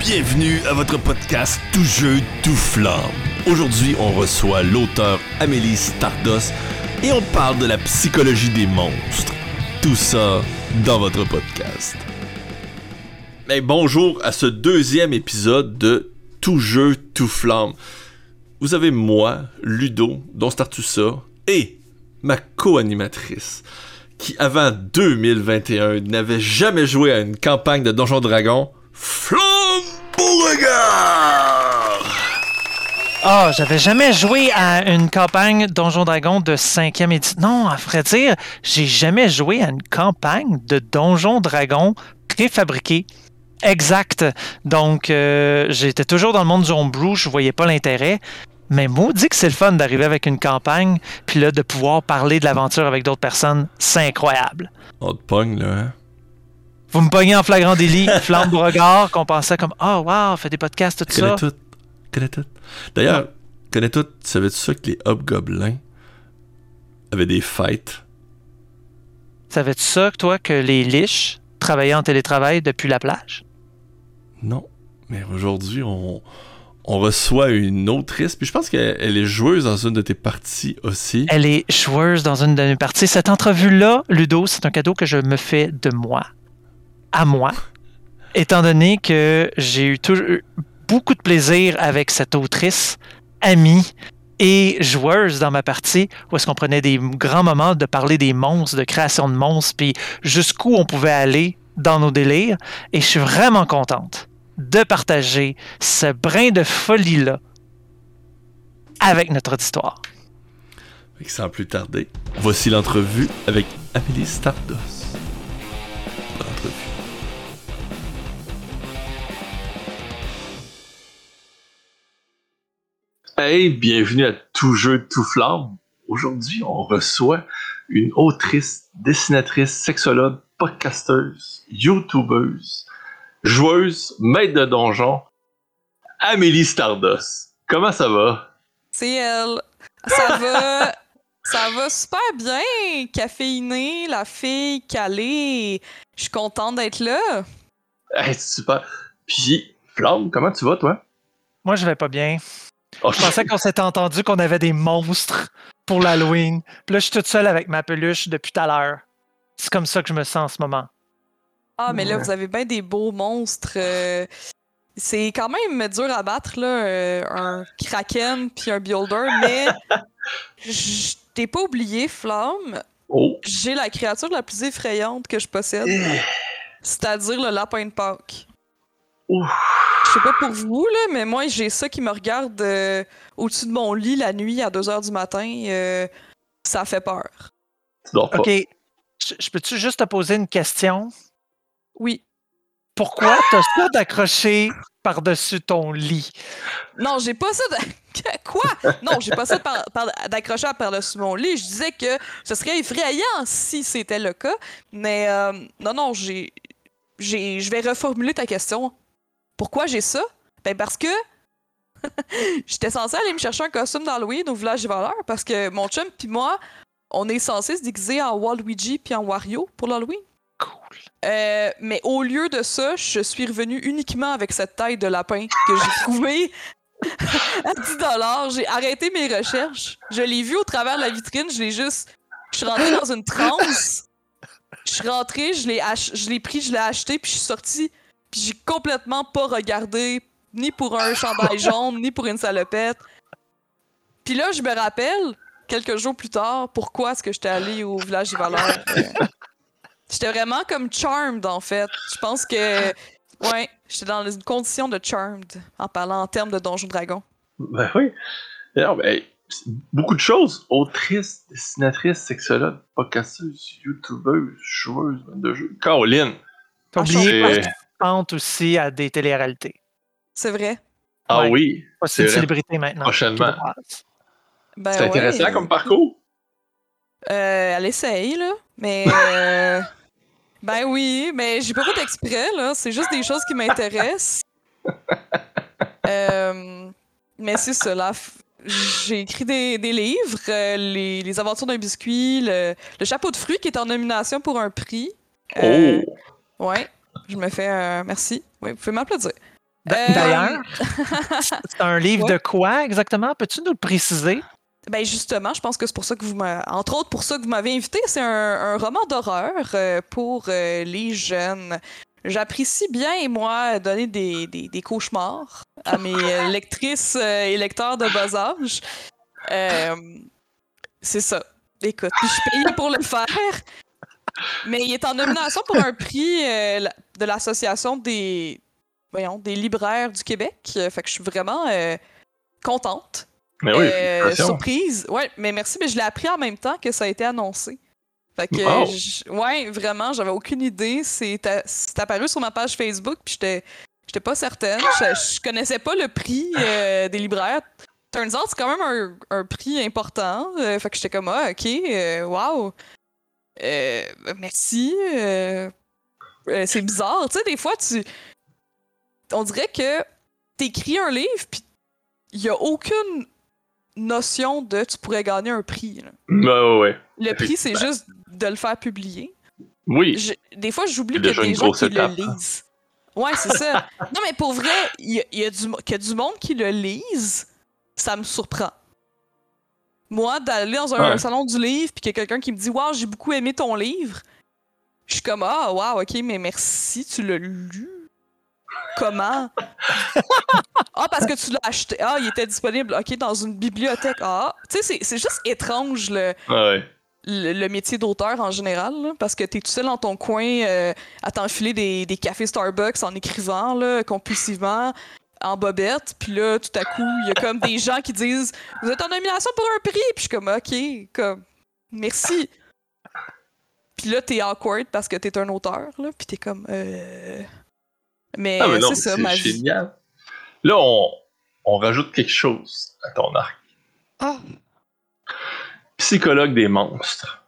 Bienvenue à votre podcast Tout jeu, tout flamme. Aujourd'hui, on reçoit l'auteur Amélie Stardust et on parle de la psychologie des monstres. Tout ça dans votre podcast. Mais bonjour à ce deuxième épisode de Tout jeu, tout flamme. Vous avez moi, Ludo, Don Startussa, et ma co-animatrice, qui avant 2021 n'avait jamais joué à une campagne de Donjons Dragons, Flamme Beauregard! Ah, j'avais jamais joué à une campagne Donjons Dragons de 5e édition. Non, à vrai dire, j'ai jamais joué à une campagne de Donjons Dragons préfabriquée. Exact. Donc, j'étais toujours dans le monde du homebrew, je voyais pas l'intérêt. Mais maudit que c'est le fun d'arriver avec une campagne, puis là, de pouvoir parler de l'aventure avec d'autres personnes, c'est incroyable. On te pogne, là, hein? Vous me pognez en flagrant délit, Flamme Beauregard, qu'on pensait comme « Ah, oh, wow, fait des podcasts, tout ça. » Connais tout. D'ailleurs, connais tout, savais-tu ça que les hobgoblins avaient des fêtes? Savais-tu ça, toi, que les liches travaillaient en télétravail depuis la plage? Non, mais aujourd'hui, on reçoit une autrice, puis je pense qu'elle est joueuse dans une de tes parties aussi. Elle est joueuse dans une de mes parties. Cette entrevue-là, Ludo, c'est un cadeau que je me fais de moi. À moi. Étant donné que j'ai eu beaucoup de plaisir avec cette autrice, amie et joueuse dans ma partie, où est-ce qu'on prenait des grands moments de parler des monstres, de création de monstres, puis jusqu'où on pouvait aller dans nos délires. Et je suis vraiment contente de partager ce brin de folie-là avec notre auditoire. Et sans plus tarder, voici l'entrevue avec Amélie Stardust. L'entrevue. Hey, bienvenue à Tout jeu, tout flamme. Aujourd'hui, on reçoit une autrice, dessinatrice, sexologue, podcasteuse, youtubeuse, joueuse, maître de donjon, Amélie Stardust. Comment ça va? C'est elle. Ça va super bien. Caféinée, la fille calée. Je suis contente d'être là. Hey, super. Puis, Flamme, comment tu vas, toi? Moi, je vais pas bien. Oh, Je pensais qu'on s'était entendu qu'on avait des monstres pour l'Halloween. Puis là, je suis toute seule avec ma peluche depuis tout à l'heure. C'est comme ça que je me sens en ce moment. Ah, mais là, vous avez bien des beaux monstres. C'est quand même dur à battre, là, un kraken puis un beholder, mais je t'ai pas oublié, Flamme. Oh. J'ai la créature la plus effrayante que je possède, c'est-à-dire le lapin de Pâques. Ouf. Je sais pas pour vous, là, mais moi, j'ai ça qui me regarde au-dessus de mon lit la nuit à 2h du matin. Ça fait peur. Tu dors pas. OK. Je peux-tu juste te poser une question? Oui. Pourquoi t'as ça d'accrocher par-dessus ton lit? Non, j'ai pas ça de... Quoi? Non, j'ai pas ça d'accrocher par-dessus mon lit. Je disais que ce serait effrayant si c'était le cas. Mais non, je vais reformuler ta question. Pourquoi j'ai ça? Ben parce que j'étais censée aller me chercher un costume d'Halloween au village des voleurs parce que mon chum pis moi, on est censé se déguiser en Waluigi puis en Wario pour l'Halloween. Cool. Mais au lieu de ça, je suis revenue uniquement avec cette tête de lapin que j'ai trouvée à 10$. J'ai arrêté mes recherches. Je l'ai vu au travers de la vitrine. Je suis rentrée dans une transe. Je suis rentrée, je l'ai pris, je l'ai acheté, puis je suis sortie. Puis j'ai complètement pas regardé ni pour un chandail jaune, ni pour une salopette. Puis là, je me rappelle, quelques jours plus tard, pourquoi est-ce que j'étais allée au village des valeurs. J'étais vraiment comme charmed, en fait. Je pense que, ouais, j'étais dans une condition de charmed, en parlant en termes de Donjons Dragons. Ben oui. Non, ben, beaucoup de choses. Autrice, dessinatrice, sexologue, podcasteuse, youtubeuse, joueuse de jeux. Caroline. T'as oublié participante aussi à des téléréalités. C'est vrai. Ah Ouais. oui. C'est une célébrité maintenant. Prochainement. Ben c'est intéressant comme parcours. Elle essaye, là. Mais... ben oui, mais j'ai pas fait exprès, là. C'est juste des choses qui m'intéressent. Mais c'est ça, là. J'ai écrit des livres, les aventures d'un biscuit, le chapeau de fruits qui est en nomination pour un prix. Ouais, je me fais merci. Oui, vous pouvez m'applaudir. D'ailleurs, c'est un livre Ouais. de quoi exactement? Peux-tu nous le préciser? Ben justement, je pense que c'est pour ça que entre autres pour ça que vous m'avez invité, c'est un roman d'horreur pour les jeunes. J'apprécie bien, moi, donner des cauchemars à mes lectrices et lecteurs de bas âge. Euh, c'est ça. Écoute, puis je suis payée pour le faire. Mais il est en nomination pour un prix de l'association des libraires du Québec. Fait que je suis vraiment contente. Mais oui, félicitations. Surprise. Ouais, mais merci, mais je l'ai appris en même temps que ça a été annoncé. Fait que, Oh. ouais, vraiment, j'avais aucune idée. C'est apparu sur ma page Facebook, puis j'étais pas certaine. Je connaissais pas le prix des libraires. Turns out, c'est quand même un prix important. Fait que j'étais comme, ah, ok, wow. Merci. C'est bizarre. Tu sais, des fois, on dirait que t'écris un livre, puis il y a aucune notion de tu pourrais gagner un prix. Là. Ouais. Le prix, c'est juste de le faire publier. Oui. Des fois, j'oublie C'est qu'il y déjà a des une gens grosse qui étape, le lisent. Ouais, c'est ça. Non, mais pour vrai, qu'il y a du monde qui le lise, ça me surprend. Moi, d'aller dans un salon du livre, puis qu'il y a quelqu'un qui me dit « Wow, j'ai beaucoup aimé ton livre », je suis comme « Ah, wow, ok, mais merci, tu l'as lu. Comment? » Ah, parce que tu l'as acheté. Ah, il était disponible, ok, dans une bibliothèque. Ah, tu sais, c'est juste étrange, le métier d'auteur en général, là, parce que t'es tout seul dans ton coin à t'enfiler des cafés Starbucks en écrivant là, compulsivement, en bobette, puis là, tout à coup, il y a comme des gens qui disent « Vous êtes en nomination pour un prix! » Puis je suis comme « Ok, comme, merci! » Puis là, t'es awkward parce que t'es un auteur, là, puis t'es comme Mais, Ah, mais non, c'est ça, ma vie. génial. Là, on rajoute quelque chose à ton arc. Ah! Psychologue des monstres.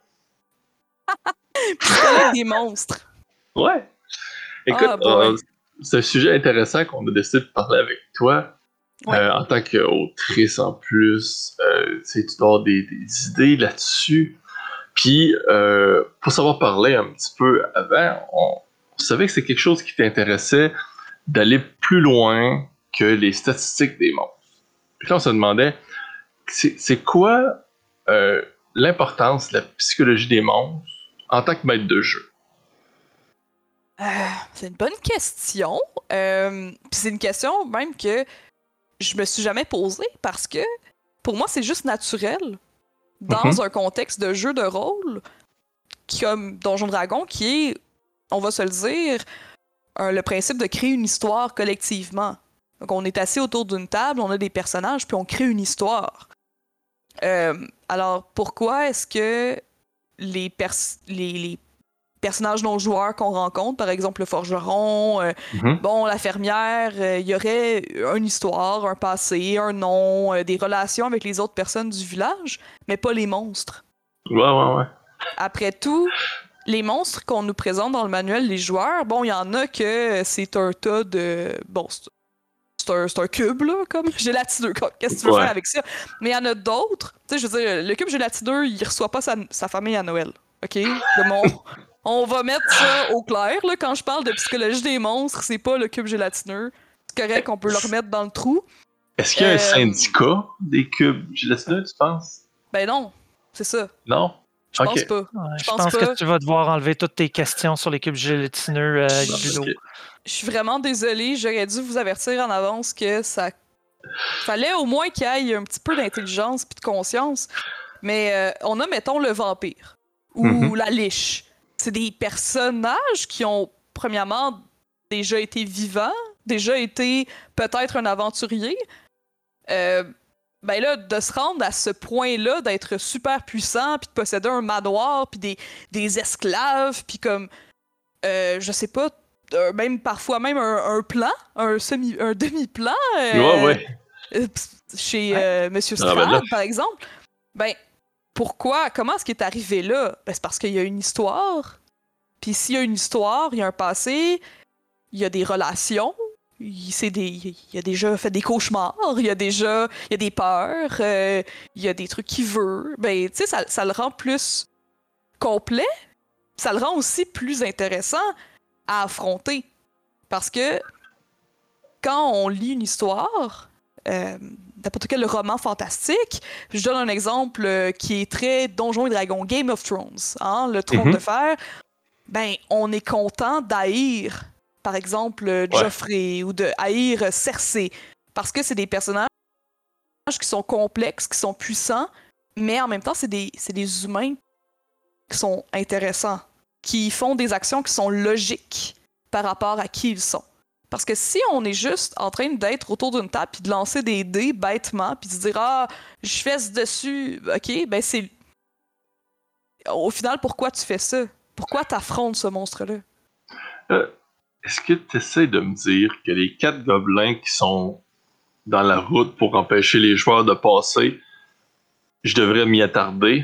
Psychologue des monstres! Ouais. Écoute, c'est un sujet intéressant qu'on a décidé de parler avec toi. Ouais. En tant qu'autrice en plus, tu dois avoir des idées là-dessus. Puis, pour savoir parler un petit peu avant, on savait que c'est quelque chose qui t'intéressait d'aller plus loin que les statistiques des monstres. Puis là, on se demandait, c'est quoi l'importance de la psychologie des monstres en tant que maître de jeu? C'est une bonne question. Puis c'est une question même que je me suis jamais posée parce que pour moi, c'est juste naturel dans un contexte de jeu de rôle comme Donjon Dragon qui est, on va se le dire, le principe de créer une histoire collectivement. Donc on est assis autour d'une table, on a des personnages, puis on crée une histoire. Alors pourquoi est-ce que les personnages non-joueurs qu'on rencontre, par exemple le forgeron, bon, la fermière, il y aurait une histoire, un passé, un nom, des relations avec les autres personnes du village, mais pas les monstres. Ouais. Après tout, les monstres qu'on nous présente dans le manuel des joueurs, bon, il y en a que c'est un tas de... Bon, c'est un cube, là, comme gélatineux. Qu'est-ce que tu veux faire avec ça? Mais il y en a d'autres. Tu sais, je veux dire, le cube gélatineux, il reçoit pas sa famille à Noël. OK? On va mettre ça au clair, là. Quand je parle de psychologie des monstres, c'est pas le cube gélatineux. C'est correct qu'on peut le remettre dans le trou. Est-ce qu'il y a un syndicat des cubes gélatineux, tu penses? Ben non, c'est ça. Non? Je pense pas. Ouais, je pense que tu vas devoir enlever toutes tes questions sur les cubes gélatineux, Ludo. Je suis vraiment désolée, j'aurais dû vous avertir en avance que ça... Fallait au moins qu'il y ait un petit peu d'intelligence puis de conscience. Mais on a, mettons, le vampire ou la liche. C'est des personnages qui ont, premièrement, déjà été vivants, déjà été peut-être un aventurier. Ben là, de se rendre à ce point-là, d'être super puissant, puis de posséder un manoir, puis des esclaves, puis comme, je sais pas, même parfois même un plan, un demi-plan, chez Monsieur Strahd, par exemple. Ben, pourquoi? Comment est-ce qu'il est arrivé là? Ben, c'est parce qu'il y a une histoire. Puis s'il y a une histoire, il y a un passé, il y a des relations, il a déjà fait des cauchemars, il y a des peurs, il y a des trucs qu'il veut. Ben, tu sais, ça le rend plus complet. Ça le rend aussi plus intéressant à affronter. Parce que quand on lit une histoire, n'importe quel roman fantastique, je donne un exemple qui est très Donjons et Dragons, Game of Thrones, hein, le trône de fer, ben on est content d'haïr, par exemple, Joffrey ou de haïr Cersei, parce que c'est des personnages qui sont complexes, qui sont puissants, mais en même temps, c'est des humains qui sont intéressants, qui font des actions qui sont logiques par rapport à qui ils sont. Parce que si on est juste en train d'être autour d'une table puis de lancer des dés bêtement puis de se dire « Ah, je fesse dessus, ok, ben c'est... » Au final, pourquoi tu fais ça? Pourquoi t'affrontes ce monstre-là? Est-ce que tu essaies de me dire que les 4 gobelins qui sont dans la route pour empêcher les joueurs de passer, je devrais m'y attarder?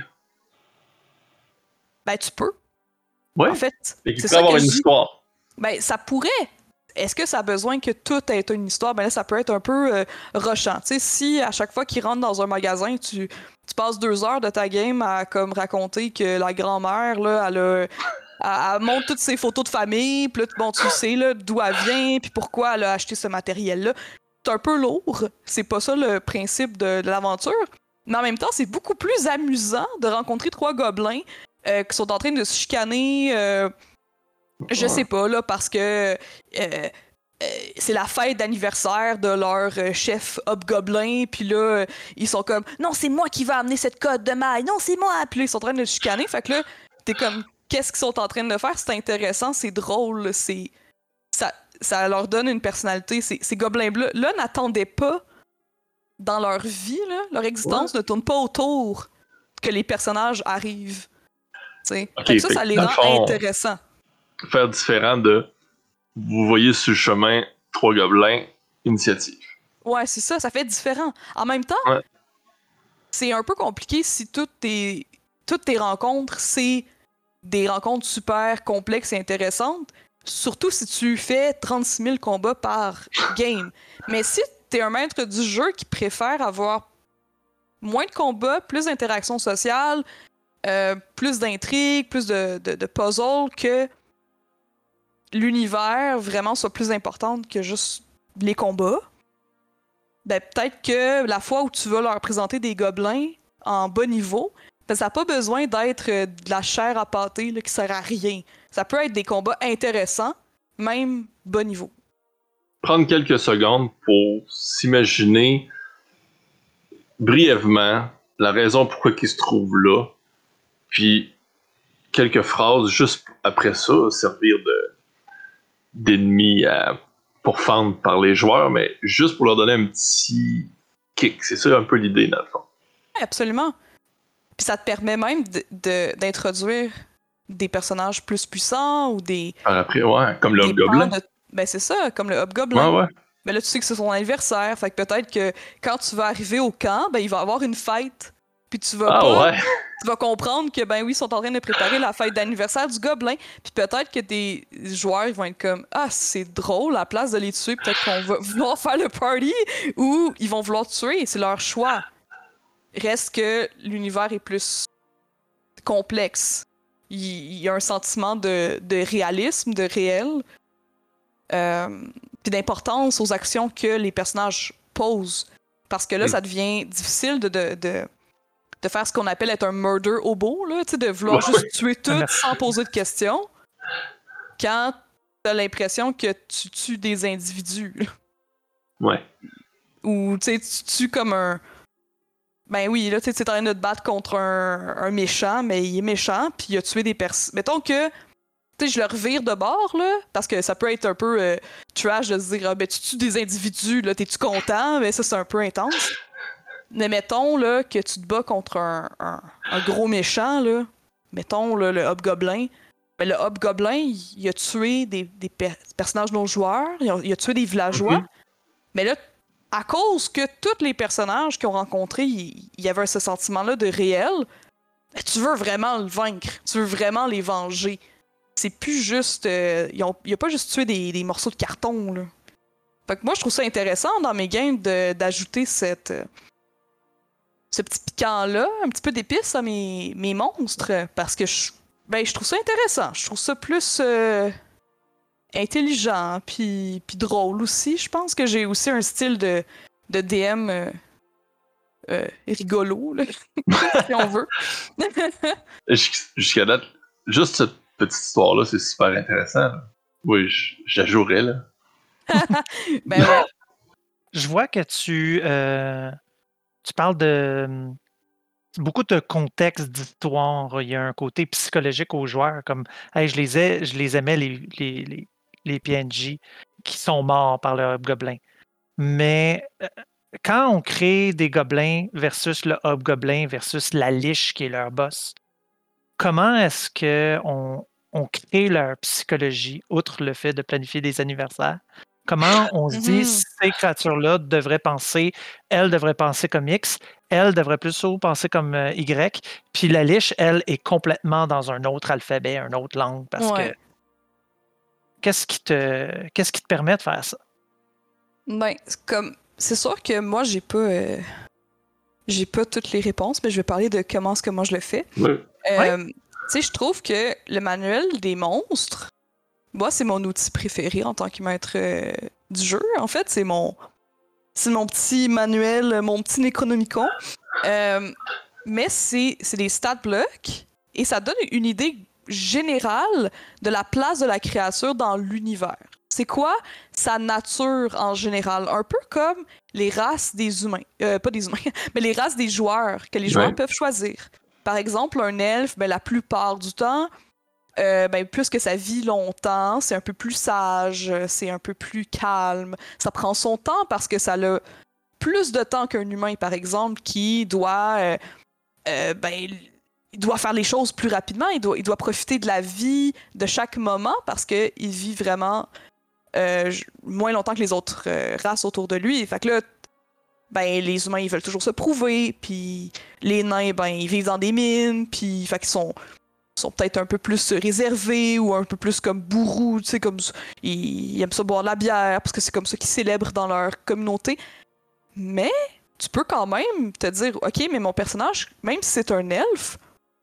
Ben, tu peux. Ouais. En fait, et qu'il peut avoir une histoire. Ben, ça pourrait. Est-ce que ça a besoin que tout ait une histoire? Ben là, ça peut être un peu rushant. Tu sais, si à chaque fois qu'ils rentrent dans un magasin, tu passes 2 heures de ta game à comme raconter que la grand-mère, là, elle montre toutes ses photos de famille, puis là, bon, tu sais là, d'où elle vient, puis pourquoi elle a acheté ce matériel-là. C'est un peu lourd. C'est pas ça le principe de l'aventure. Mais en même temps, c'est beaucoup plus amusant de rencontrer 3 gobelins qui sont en train de se chicaner... je sais pas, là, parce que c'est la fête d'anniversaire de leur chef hobgoblin, puis là, ils sont comme « Non, c'est moi qui vais amener cette cotte de maille! Non, c'est moi! » Puis là, ils sont en train de se chicaner, fait que là, t'es comme « Qu'est-ce qu'ils sont en train de faire? C'est intéressant, c'est drôle, c'est... » Ça leur donne une personnalité. Ces gobelins-là n'attendaient pas, dans leur vie, là, leur existence ne tourne pas autour que les personnages arrivent. Okay, fait que ça les rend intéressants. Faire différent de vous voyez sur le chemin 3 gobelins, initiative. Ouais, c'est ça fait différent. En même temps, c'est un peu compliqué si toutes tes rencontres, c'est des rencontres super complexes et intéressantes, surtout si tu fais 36 000 combats par game. Mais si t'es un maître du jeu qui préfère avoir moins de combats, plus d'interactions sociales, plus d'intrigues, plus de puzzles, que l'univers vraiment soit plus important que juste les combats, ben peut-être que la fois où tu vas leur présenter des gobelins en bas niveau, ben ça n'a pas besoin d'être de la chair à pâté là, qui sert à rien. Ça peut être des combats intéressants, même bas niveau. Prendre quelques secondes pour s'imaginer brièvement la raison pourquoi ils se trouvent là, puis quelques phrases juste après ça, servir d'ennemis pour fendre par les joueurs, mais juste pour leur donner un petit kick. C'est ça un peu l'idée, dans le fond. Oui, absolument. Puis ça te permet même d'introduire des personnages plus puissants ou des... Par après, ouais, comme le hobgoblin. Ben c'est ça, comme le hobgoblin. Ouais. Mais là, tu sais que c'est son anniversaire, fait que peut-être que quand tu vas arriver au camp, ben il va y avoir une fête. Puis tu vas tu vas comprendre que, ben oui, ils sont en train de préparer la fête d'anniversaire du gobelin. Puis peut-être que des joueurs ils vont être comme « Ah, c'est drôle, à la place de les tuer, peut-être qu'on va vouloir faire le party. » Ou ils vont vouloir tuer, c'est leur choix. Reste que l'univers est plus complexe. Il y a un sentiment de réalisme, de réel. Puis d'importance aux actions que les personnages posent. Parce que là, ça devient difficile de faire ce qu'on appelle être un murder hobo, là, de vouloir juste tuer tout sans poser de questions, quand t'as l'impression que tu tues des individus. Ouais. Ou tu tues comme un... Ben oui, là, tu es en train de te battre contre un méchant, mais il est méchant, puis il a tué des personnes. Mettons que je le revire de bord, là, parce que ça peut être un peu trash de se dire « Ah, ben tu tues des individus, là, t'es-tu content? » Mais ça, c'est un peu intense. Mais mettons là, que tu te bats contre un gros méchant, là, mettons là, le hobgoblin. Ben, le hobgoblin, il a tué des personnages non-joueurs, il a tué des villageois. Mais là, à cause que tous les personnages qu'ils ont rencontrés, il y avait ce sentiment-là de réel, ben, tu veux vraiment le vaincre, tu veux vraiment les venger. C'est plus juste... il a pas juste tué des morceaux de carton, là. Fait que moi, je trouve ça intéressant dans mes games d'ajouter ce petit piquant-là, un petit peu d'épices à mes monstres, parce que je trouve ça intéressant. Je trouve ça plus intelligent, puis drôle aussi. Je pense que j'ai aussi un style de DM rigolo, là, si on veut. Jusqu'à date, juste cette petite histoire-là, c'est super intéressant. Là. Oui, je la jouerais, là. Ben ouais. Je vois que tu parles de beaucoup de contexte d'histoire. Il y a un côté psychologique aux joueurs, comme hey, je les aimais, les PNJ qui sont morts par le hobgoblin. Mais quand on crée des gobelins versus le hobgoblin versus la liche qui est leur boss, comment est-ce qu'on crée leur psychologie, outre le fait de planifier des anniversaires? Comment on se dit, ces créatures-là devraient penser, elles devraient penser comme X, elles devraient plutôt penser comme Y, puis la liche, elle, est complètement dans un autre alphabet, une autre langue, parce que qu'est-ce qui te permet de faire ça? Ben, c'est sûr que moi, j'ai pas toutes les réponses, mais je vais parler de comment est-ce que moi je le fais. Ouais. Tu sais, je trouve que le manuel des monstres, moi, c'est mon outil préféré en tant que maître du jeu. En fait, c'est mon petit manuel, mon petit Necronomicon. Mais c'est des stat blocks et ça donne une idée générale de la place de la créature dans l'univers. C'est quoi sa nature en général? Un peu comme les races des humains. Pas des humains, mais les races des joueurs que les joueurs peuvent choisir. Par exemple, un elfe, ben, la plupart du temps, plus que ça vit longtemps, c'est un peu plus sage, c'est un peu plus calme. Ça prend son temps parce que ça a plus de temps qu'un humain, par exemple, qui doit... il doit faire les choses plus rapidement, il doit profiter de la vie de chaque moment parce qu'il vit vraiment moins longtemps que les autres races autour de lui. Fait que là, les humains, ils veulent toujours se prouver, puis les nains, ils vivent dans des mines, puis fait qu'ils sont peut-être un peu plus réservés ou un peu plus comme bourrous, tu sais, comme ils aiment ça boire de la bière parce que c'est comme ça qu'ils célèbrent dans leur communauté. Mais tu peux quand même te dire, ok, mais mon personnage, même si c'est un elfe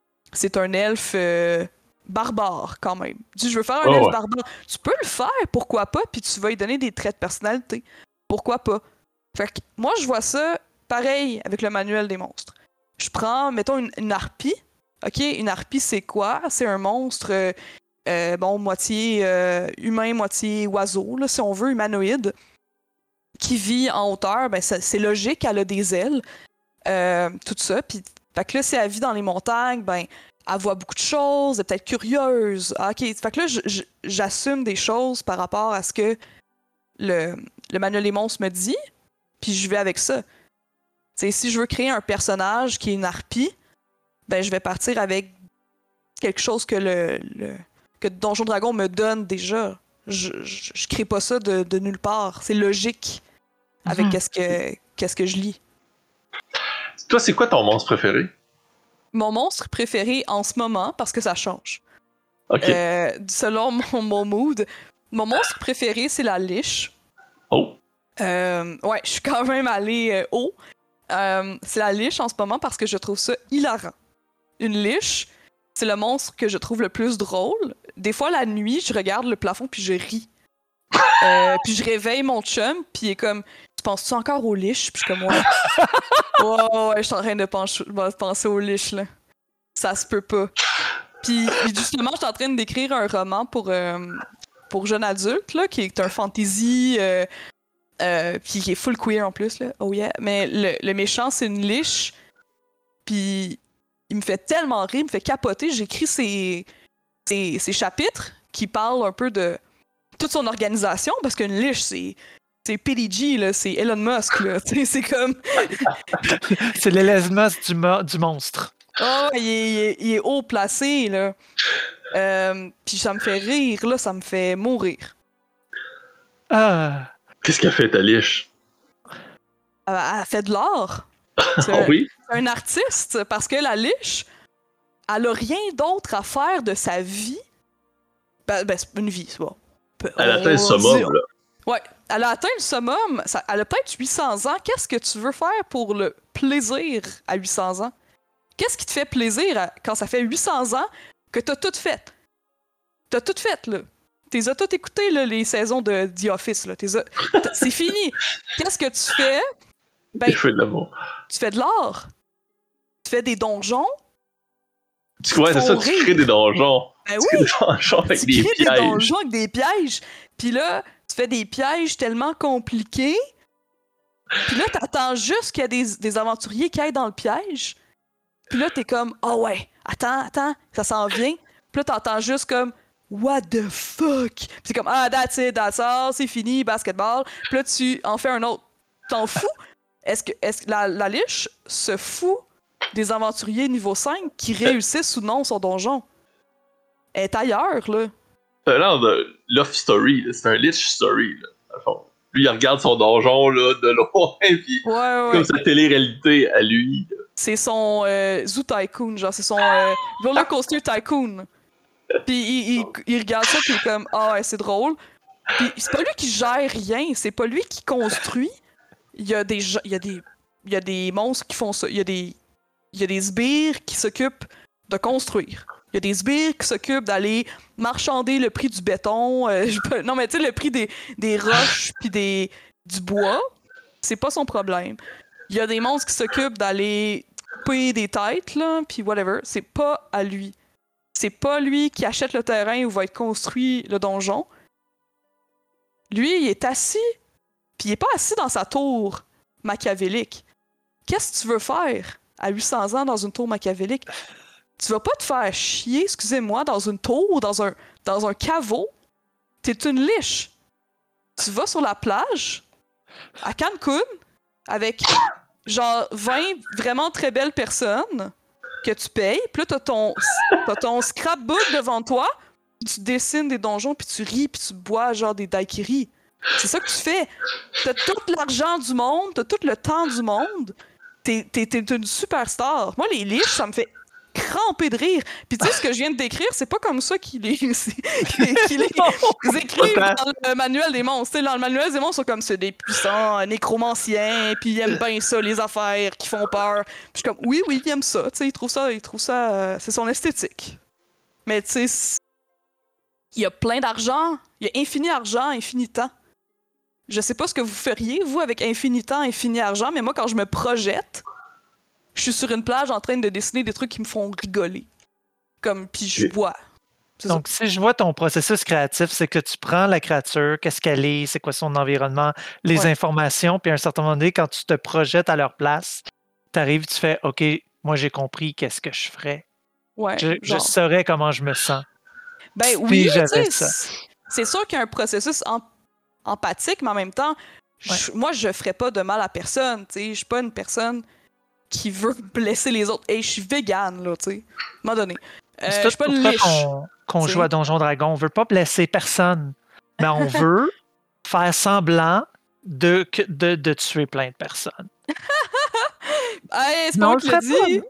barbare quand même. Je veux faire un elfe barbare. Tu peux le faire, pourquoi pas, puis tu vas lui donner des traits de personnalité. Pourquoi pas? Fait que moi, je vois ça pareil avec le manuel des monstres. Je prends, mettons, une harpie. Ok, une harpie, c'est quoi? C'est un monstre, moitié humain, moitié oiseau, là, si on veut, humanoïde, qui vit en hauteur. Ben, c'est logique, elle a des ailes, tout ça. Puis, fait que là, si elle vit dans les montagnes, ben, elle voit beaucoup de choses, elle est peut-être curieuse. Ok, fait que là, j'assume des choses par rapport à ce que le manuel des monstres me dit, puis je vais avec ça. T'sais, si je veux créer un personnage qui est une harpie, ben je vais partir avec quelque chose que que Donjon Dragon me donne déjà. Je crée pas ça de nulle part. C'est logique avec qu'est-ce que je lis. Toi, c'est quoi ton monstre préféré? Mon monstre préféré en ce moment, parce que ça change. Ok. Selon mon mood, mon monstre préféré, c'est la liche. Oh. Ouais, je suis quand même allée haut. C'est la liche en ce moment parce que je trouve ça hilarant. Une liche, c'est le monstre que je trouve le plus drôle. Des fois, la nuit, je regarde le plafond puis je ris. Puis je réveille mon chum, puis il est comme, tu penses-tu encore aux liches? Puis je suis comme, ouais, je suis en train de penser aux liches, là. Ça se peut pas. Puis justement, je suis en train d'écrire un roman pour jeunes adultes, là, qui est un fantasy, puis qui est full queer en plus, là. Oh yeah. Mais le méchant, c'est une liche, puis il me fait tellement rire, il me fait capoter. J'écris ces chapitres qui parlent un peu de toute son organisation, parce qu'une liche, c'est PDG, là, c'est Elon Musk, là. C'est comme... c'est l'Elon Musk du monstre. Oh, il est haut placé, là. Puis ça me fait rire, là, ça me fait mourir. Qu'est-ce qu'elle fait, ta liche? Elle fait de l'art. Oui? C'est un artiste, parce que la liche, elle a rien d'autre à faire de sa vie. Ben c'est une vie, ça. Elle a atteint le summum, là. Ouais, elle a atteint le summum. Elle a peut-être 800 ans. Qu'est-ce que tu veux faire pour le plaisir à 800 ans? Qu'est-ce qui te fait plaisir quand ça fait 800 ans que t'as tout fait? T'as tout fait, là. T'es as tout écouté, là, les saisons de The Office, là. C'est fini. Qu'est-ce que tu fais? Ben, Je fais de l'amour. tu fais de l'art. Tu fais des donjons. Ouais, c'est ça, tu crées des donjons. Ben Tu crées oui! des donjons avec Tu des crées des pièges. donjons avec des pièges. Puis là, tu fais des pièges tellement compliqués. Puis là, t'attends juste qu'il y a des aventuriers qui aillent dans le piège. Puis là, t'es comme, ah ouais, attends, ça s'en vient. Puis là, t'entends juste comme, what the fuck? Puis c'est comme, ah, that's it, that's all, c'est fini, basketball. Puis là, tu en fais un autre. T'en fous? Est-ce que la liche se fout des aventuriers niveau 5 qui réussissent ou non son donjon? Elle est ailleurs, là. C'est un genre de love story, là. C'est un lich story, là, dans le fond. Lui, il regarde son donjon, là, de loin, pis Ouais. comme sa télé-réalité à lui. Là. C'est son Zoo Tycoon, genre, c'est son Roller Coaster Tycoon. Puis il regarde ça, puis il est comme, ah ouais, c'est drôle. Puis c'est pas lui qui gère rien, c'est pas lui qui construit. Il y a des monstres qui font ça. Il y a des sbires qui s'occupent de construire. Il y a des sbires qui s'occupent d'aller marchander le prix du béton. Non, mais tu sais, le prix des roches puis du bois, c'est pas son problème. Il y a des monstres qui s'occupent d'aller couper des têtes, là, puis whatever. C'est pas à lui. C'est pas lui qui achète le terrain où va être construit le donjon. Lui, il est assis, puis il est pas assis dans sa tour machiavélique. Qu'est-ce que tu veux faire à 800 ans dans une tour machiavélique? Tu vas pas te faire chier, excusez-moi, dans une tour, dans un caveau. T'es une liche. Tu vas sur la plage, à Cancun, avec genre 20 vraiment très belles personnes que tu payes. Puis là, t'as ton scrapbook devant toi. Tu dessines des donjons, puis tu ris, puis tu bois genre des daiquiris. C'est ça que tu fais. T'as tout l'argent du monde, t'as tout le temps du monde. T'es une superstar. Moi, les liches, ça me fait cramper de rire. Puis tu sais, ce que je viens de décrire, c'est pas comme ça qu'ils les écrivent dans le manuel des monstres. T'sais, dans le manuel des monstres, c'est comme c'est des puissants nécromanciens, puis ils aiment bien ça, les affaires qui font peur. Puis je suis comme, oui, ils aiment ça. Tu sais, ils trouvent ça, c'est son esthétique. Mais tu sais, il y a plein d'argent, il y a infini argent, infini temps. Je sais pas ce que vous feriez, vous, avec infini temps, infini argent, mais moi, quand je me projette, je suis sur une plage en train de dessiner des trucs qui me font rigoler. Comme, puis je bois. Donc, si je vois ton processus créatif, c'est que tu prends la créature, qu'est-ce qu'elle est, c'est quoi son environnement, les informations, puis à un certain moment donné, quand tu te projettes à leur place, tu arrives, tu fais, OK, moi j'ai compris qu'est-ce que je ferais. Ouais, je saurais comment je me sens. Ben oui, j'avais ça. C'est sûr qu'il y a un processus empathique, mais en même temps, moi je ferais pas de mal à personne. Je suis pas une personne qui veut blesser les autres. Et je suis végane, là, tu sais. À un moment donné. Je suis pas une liche. Qu'on joue à Donjon Dragon. On veut pas blesser personne, mais on veut faire semblant de tuer plein de personnes. Hey, c'est pas moi qui l'ai dit!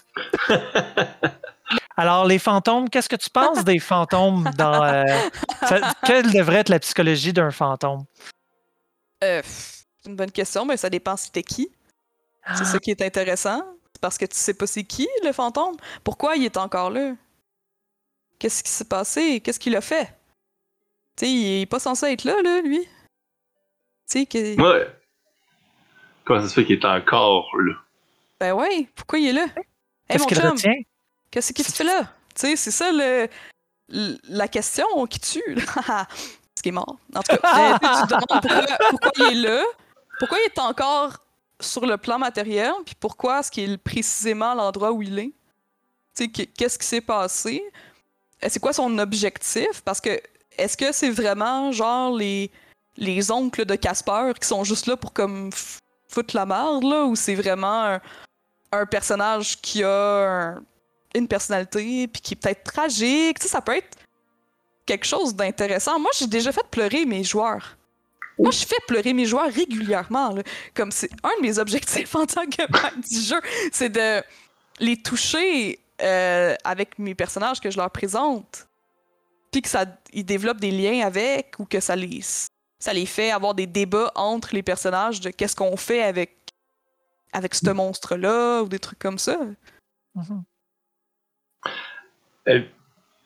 Alors, les fantômes, qu'est-ce que tu penses des fantômes dans... quelle devrait être la psychologie d'un fantôme? C'est une bonne question, mais ça dépend si t'es qui. C'est ça qui est intéressant. C'est parce que tu sais pas c'est qui, le fantôme. Pourquoi il est encore là? Qu'est-ce qui s'est passé? Qu'est-ce qu'il a fait? Tu sais, il est pas censé être là, lui. Tu sais, Ouais. Comment ça se fait qu'il est encore là? Ben ouais, pourquoi il est là? Qu'est-ce qu'il retient? Qu'est-ce que tu fais là? Tu sais, c'est ça la question qui tue. Ce qui est mort. En tout cas, tu te demandes pourquoi il est là, pourquoi il est encore sur le plan matériel, puis pourquoi est-ce qu'il est précisément à l'endroit où il est. Tu sais, qu'est-ce qui s'est passé? C'est quoi son objectif? Parce que, est-ce que c'est vraiment, genre, les oncles de Casper qui sont juste là pour, comme, foutre la merde, là? Ou c'est vraiment un personnage qui a une personnalité, puis qui est peut-être tragique? Tu sais, ça peut être quelque chose d'intéressant. Moi, j'ai déjà fait pleurer mes joueurs. Moi, je fais pleurer mes joueurs régulièrement, là. Comme c'est un de mes objectifs en tant que maître du jeu, c'est de les toucher avec mes personnages que je leur présente, puis que ils développent des liens avec, ou que ça les fait avoir des débats entre les personnages de qu'est-ce qu'on fait avec ce monstre-là, ou des trucs comme ça. Mm-hmm.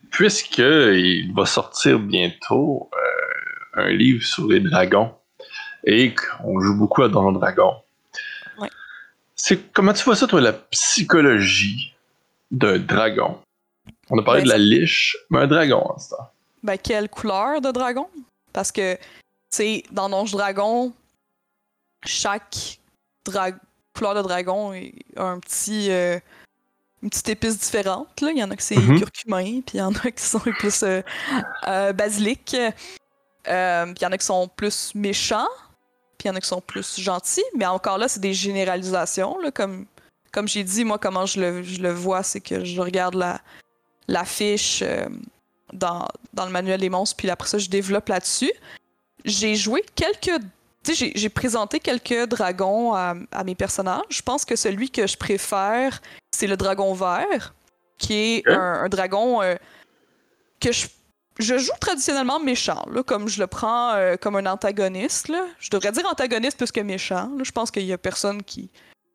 puisqu'il va sortir bientôt un livre sur les dragons et qu'on joue beaucoup à Donjons Dragons. Ouais. Comment tu vois ça, toi, la psychologie d'un dragon? On a parlé de la liche, mais un dragon, en ce temps. Ben, quelle couleur de dragon? Parce que, tu sais, dans Donjons Dragon, chaque couleur de dragon a une petite épice différente. Là. Il y en a qui c'est curcumin, puis il y en a qui sont plus basilic. Puis il y en a qui sont plus méchants, puis il y en a qui sont plus gentils. Mais encore là, c'est des généralisations. Là, comme j'ai dit, moi, comment je le vois, c'est que je regarde l'affiche dans le manuel des monstres, puis après ça, je développe là-dessus. J'ai joué j'ai présenté quelques dragons à mes personnages. Je pense que celui que je préfère, c'est le dragon vert, qui est un dragon que je joue traditionnellement méchant, là, comme je le prends comme un antagoniste. Là. Je devrais dire antagoniste plus que méchant. Là. Je pense qu'il y a personne qui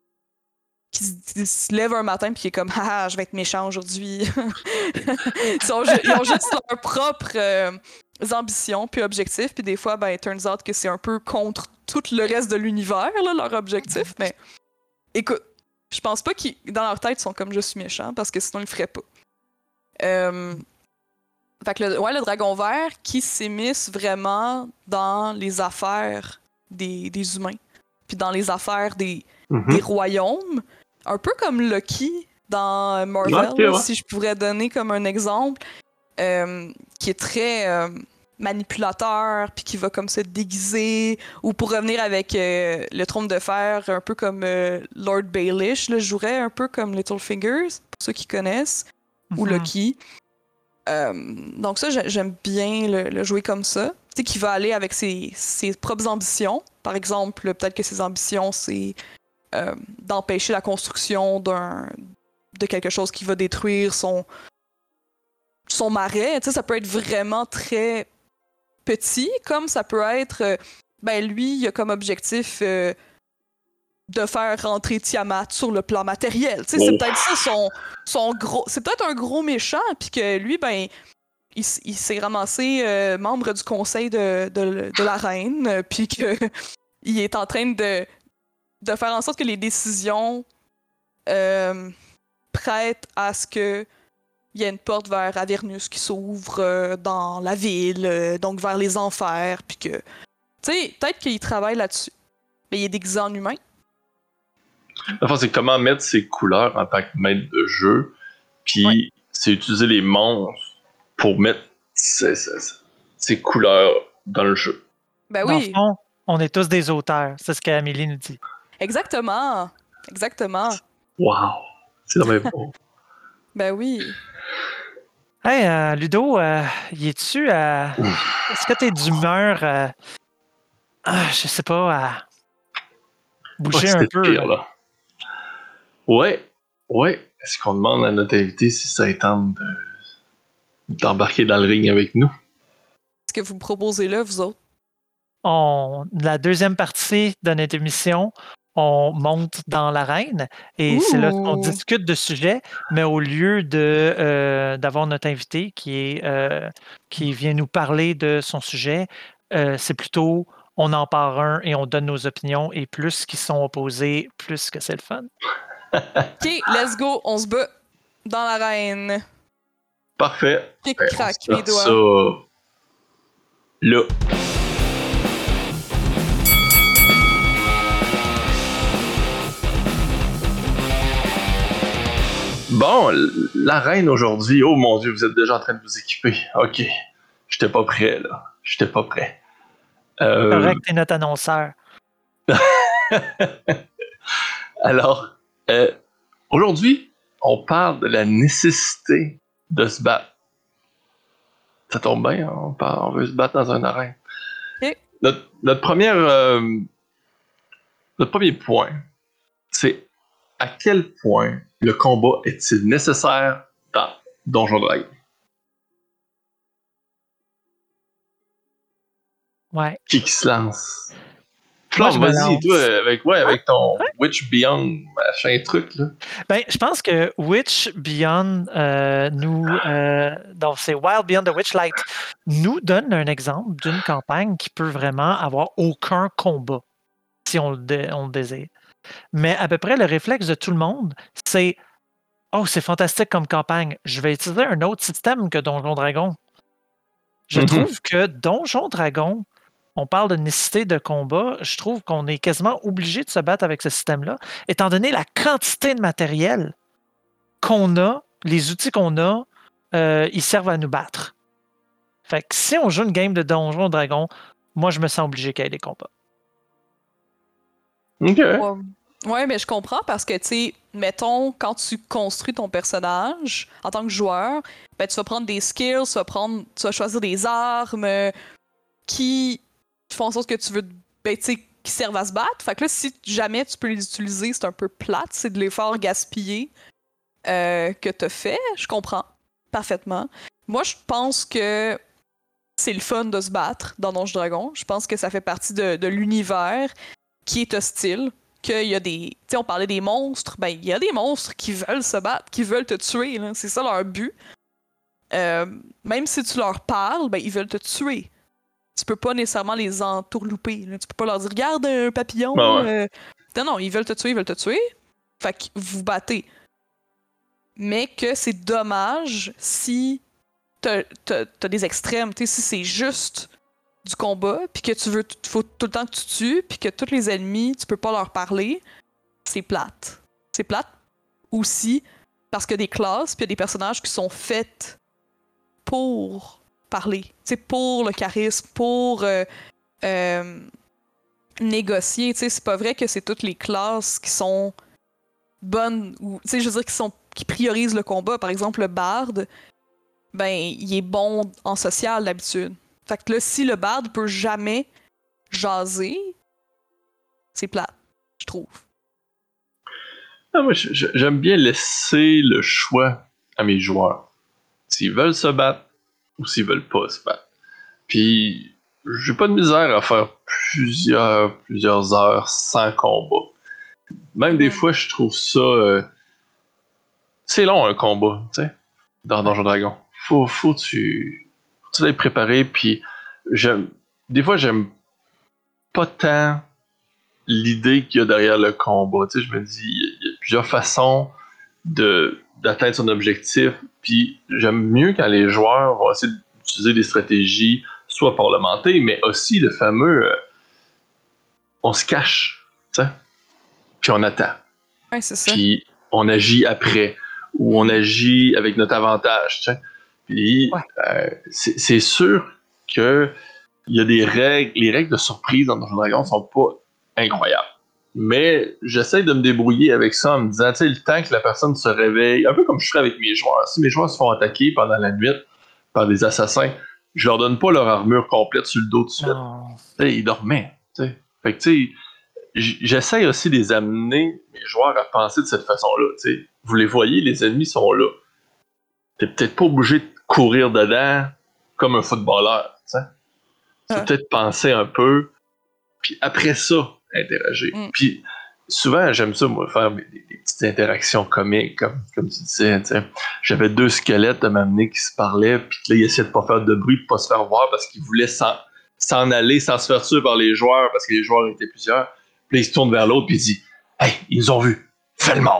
se lève un matin et qui est comme « Ah, je vais être méchant aujourd'hui. » ils ont juste leurs propres ambitions puis objectifs, puis des fois, ben, it turns out que c'est un peu contre tout le reste de l'univers, là, leur objectif, mais écoute, je pense pas qu'ils, dans leur tête, ils sont comme « Je suis méchant », parce que sinon, ils le feraient pas. Fait que le dragon vert qui s'immisce vraiment dans les affaires des humains, puis dans les affaires des royaumes, un peu comme Loki dans Marvel, si je pourrais donner comme un exemple, qui est très manipulateur, puis qui va comme se déguiser, ou pour revenir avec le trône de fer, un peu comme Lord Baelish, là, je jouerais un peu comme Littlefinger, pour ceux qui connaissent, ou Loki. Donc ça, j'aime bien le jouer comme ça. Tu sais, qui va aller avec ses propres ambitions. Par exemple, peut-être que ses ambitions, c'est d'empêcher la construction de quelque chose qui va détruire son marais. Tu sais, ça peut être vraiment très petit, comme ça peut être... lui, il a comme objectif de faire rentrer Tiamat sur le plan matériel. Tu sais, c'est peut-être ça son gros... C'est peut-être un gros méchant, puis que lui, ben... Il s'est ramassé membre du conseil de la reine, puis qu'il est en train de faire en sorte que les décisions prêtent à ce qu'il y ait une porte vers Avernus qui s'ouvre dans la ville, donc vers les enfers, puis que... Tu sais, peut-être qu'il travaille là-dessus, mais il est déguisé en humain. Enfin, c'est comment mettre ses couleurs en tant que maître de jeu, puis c'est utiliser les monstres pour mettre ses couleurs dans le jeu. Ben oui. Dans le fond, on est tous des auteurs. C'est ce qu'Amélie nous dit. Exactement. Wow! C'est dans mes beau. Ben oui. Hey, Ludo, y es-tu est-ce que t'es d'humeur je sais pas, à bouger un peu? Pire, là. Ouais. Est-ce qu'on demande à notre invité si ça tente d'embarquer dans le ring avec nous? Qu'est-ce que vous proposez là, vous autres? La deuxième partie de notre émission, on monte dans l'arène et c'est là qu'on discute de sujets, mais au lieu d'avoir notre invité qui vient nous parler de son sujet, c'est plutôt on en part un et on donne nos opinions et plus qu'ils sont opposés, plus que c'est le fun. OK, let's go, on se bat dans l'arène. Parfait. Cric-crac, mes doigts. Ça là. Bon, l'arène aujourd'hui, oh mon Dieu, vous êtes déjà en train de vous équiper. OK, j'étais pas prêt, là. Correct, t'es notre annonceur. Alors, aujourd'hui, on parle de la nécessité de se battre. Ça tombe bien, on veut se battre dans un arène. Okay. Notre premier point, c'est à quel point le combat est-il nécessaire dans Donjons Dragons? Ouais. Qui se lance? Flamme, Moi, je me vas-y, lance. toi, avec ton Witch Beyond, machin truc, là. Ben, je pense que Witch Beyond donc c'est Wild Beyond the Witchlight, nous donne un exemple d'une campagne qui peut vraiment avoir aucun combat, si on le désire. Mais à peu près le réflexe de tout le monde, c'est oh, c'est fantastique comme campagne. Je vais utiliser un autre système que Donjon Dragon. Je trouve que Donjon Dragon, on parle de nécessité de combat, je trouve qu'on est quasiment obligé de se battre avec ce système-là, étant donné la quantité de matériel qu'on a, les outils qu'on a, ils servent à nous battre. Fait que si on joue une game de Donjon Dragon, moi, je me sens obligé qu'il y ait des combats. OK. Ouais, mais je comprends parce que, tu sais, mettons, quand tu construis ton personnage en tant que joueur, ben, tu vas prendre des skills, tu vas choisir des armes qui font en sorte que tu veux, ben, tu sais, qui servent à se battre. Fait que là, si jamais tu peux les utiliser, c'est un peu plate, c'est de l'effort gaspillé que t'as fait. Je comprends parfaitement. Moi, je pense que c'est le fun de se battre dans Donjons Dragon. Je pense que ça fait partie de l'univers qui est hostile. Qu'il y a des. Tu sais, on parlait des monstres. Ben, il y a des monstres qui veulent se battre, qui veulent te tuer. Là. C'est ça leur but. Même si tu leur parles, ben, ils veulent te tuer. Tu peux pas nécessairement les entourlouper. Là. Tu peux pas leur dire regarde un papillon. Ben ouais. Non, ils veulent te tuer, ils veulent te tuer. Fait que vous battez. Mais que c'est dommage si t'as des extrêmes. Tu sais, si c'est juste du combat, puis que faut tout le temps que tu tues, puis que tous les ennemis, tu peux pas leur parler, c'est plate. C'est plate aussi parce qu'il y a des classes, puis il y a des personnages qui sont faits pour parler. Tu sais, pour le charisme, pour négocier. Tu sais, c'est pas vrai que c'est toutes les classes qui sont bonnes, ou, tu sais, je veux dire, qui priorisent le combat. Par exemple, le barde, ben, il est bon en social d'habitude. Fait que là, si le barde peut jamais jaser, c'est plate, je trouve. Ah, moi, j'aime bien laisser le choix à mes joueurs. S'ils veulent se battre ou s'ils veulent pas se battre. Puis, j'ai pas de misère à faire plusieurs heures sans combat. Même des fois, je trouve ça... c'est long, un combat, tu sais, dans Donjon Dragon. Faut que tu l'aies préparé, puis des fois, j'aime pas tant l'idée qu'il y a derrière le combat. Tu sais, je me dis, il y a plusieurs façons d'atteindre son objectif, puis j'aime mieux quand les joueurs vont essayer d'utiliser des stratégies, soit parlementées, mais aussi le fameux on se cache, tu sais, puis on attend. Ouais, c'est ça. Puis on agit après, ou on agit avec notre avantage, tu sais. Puis c'est sûr que il y a des règles, les règles de surprise dans Donjons Dragons sont pas incroyables. Mais j'essaie de me débrouiller avec ça en me disant, tu sais, le temps que la personne se réveille, un peu comme je ferais avec mes joueurs. Si mes joueurs se font attaquer pendant la nuit par des assassins, je leur donne pas leur armure complète sur le dos tout de suite. Tu sais, ils dormaient, tu sais. Fait que, tu sais, j'essaie aussi de les amener, mes joueurs, à penser de cette façon-là. T'sais. Vous les voyez, les ennemis sont là. T'es peut-être pas obligé de courir dedans comme un footballeur. Tu peux peut-être penser un peu, puis après ça, interagir. Puis souvent, j'aime ça, moi, faire des petites interactions comiques, comme tu disais. T'sais. J'avais 2 squelettes de m'amener qui se parlaient, puis là, ils essayaient de pas faire de bruit, de pas se faire voir parce qu'ils voulaient s'en aller sans se faire tuer par les joueurs, parce que les joueurs étaient plusieurs. Puis là, il se tourne vers l'autre, puis il dit « Hey, ils nous ont vus! Fais le mort! »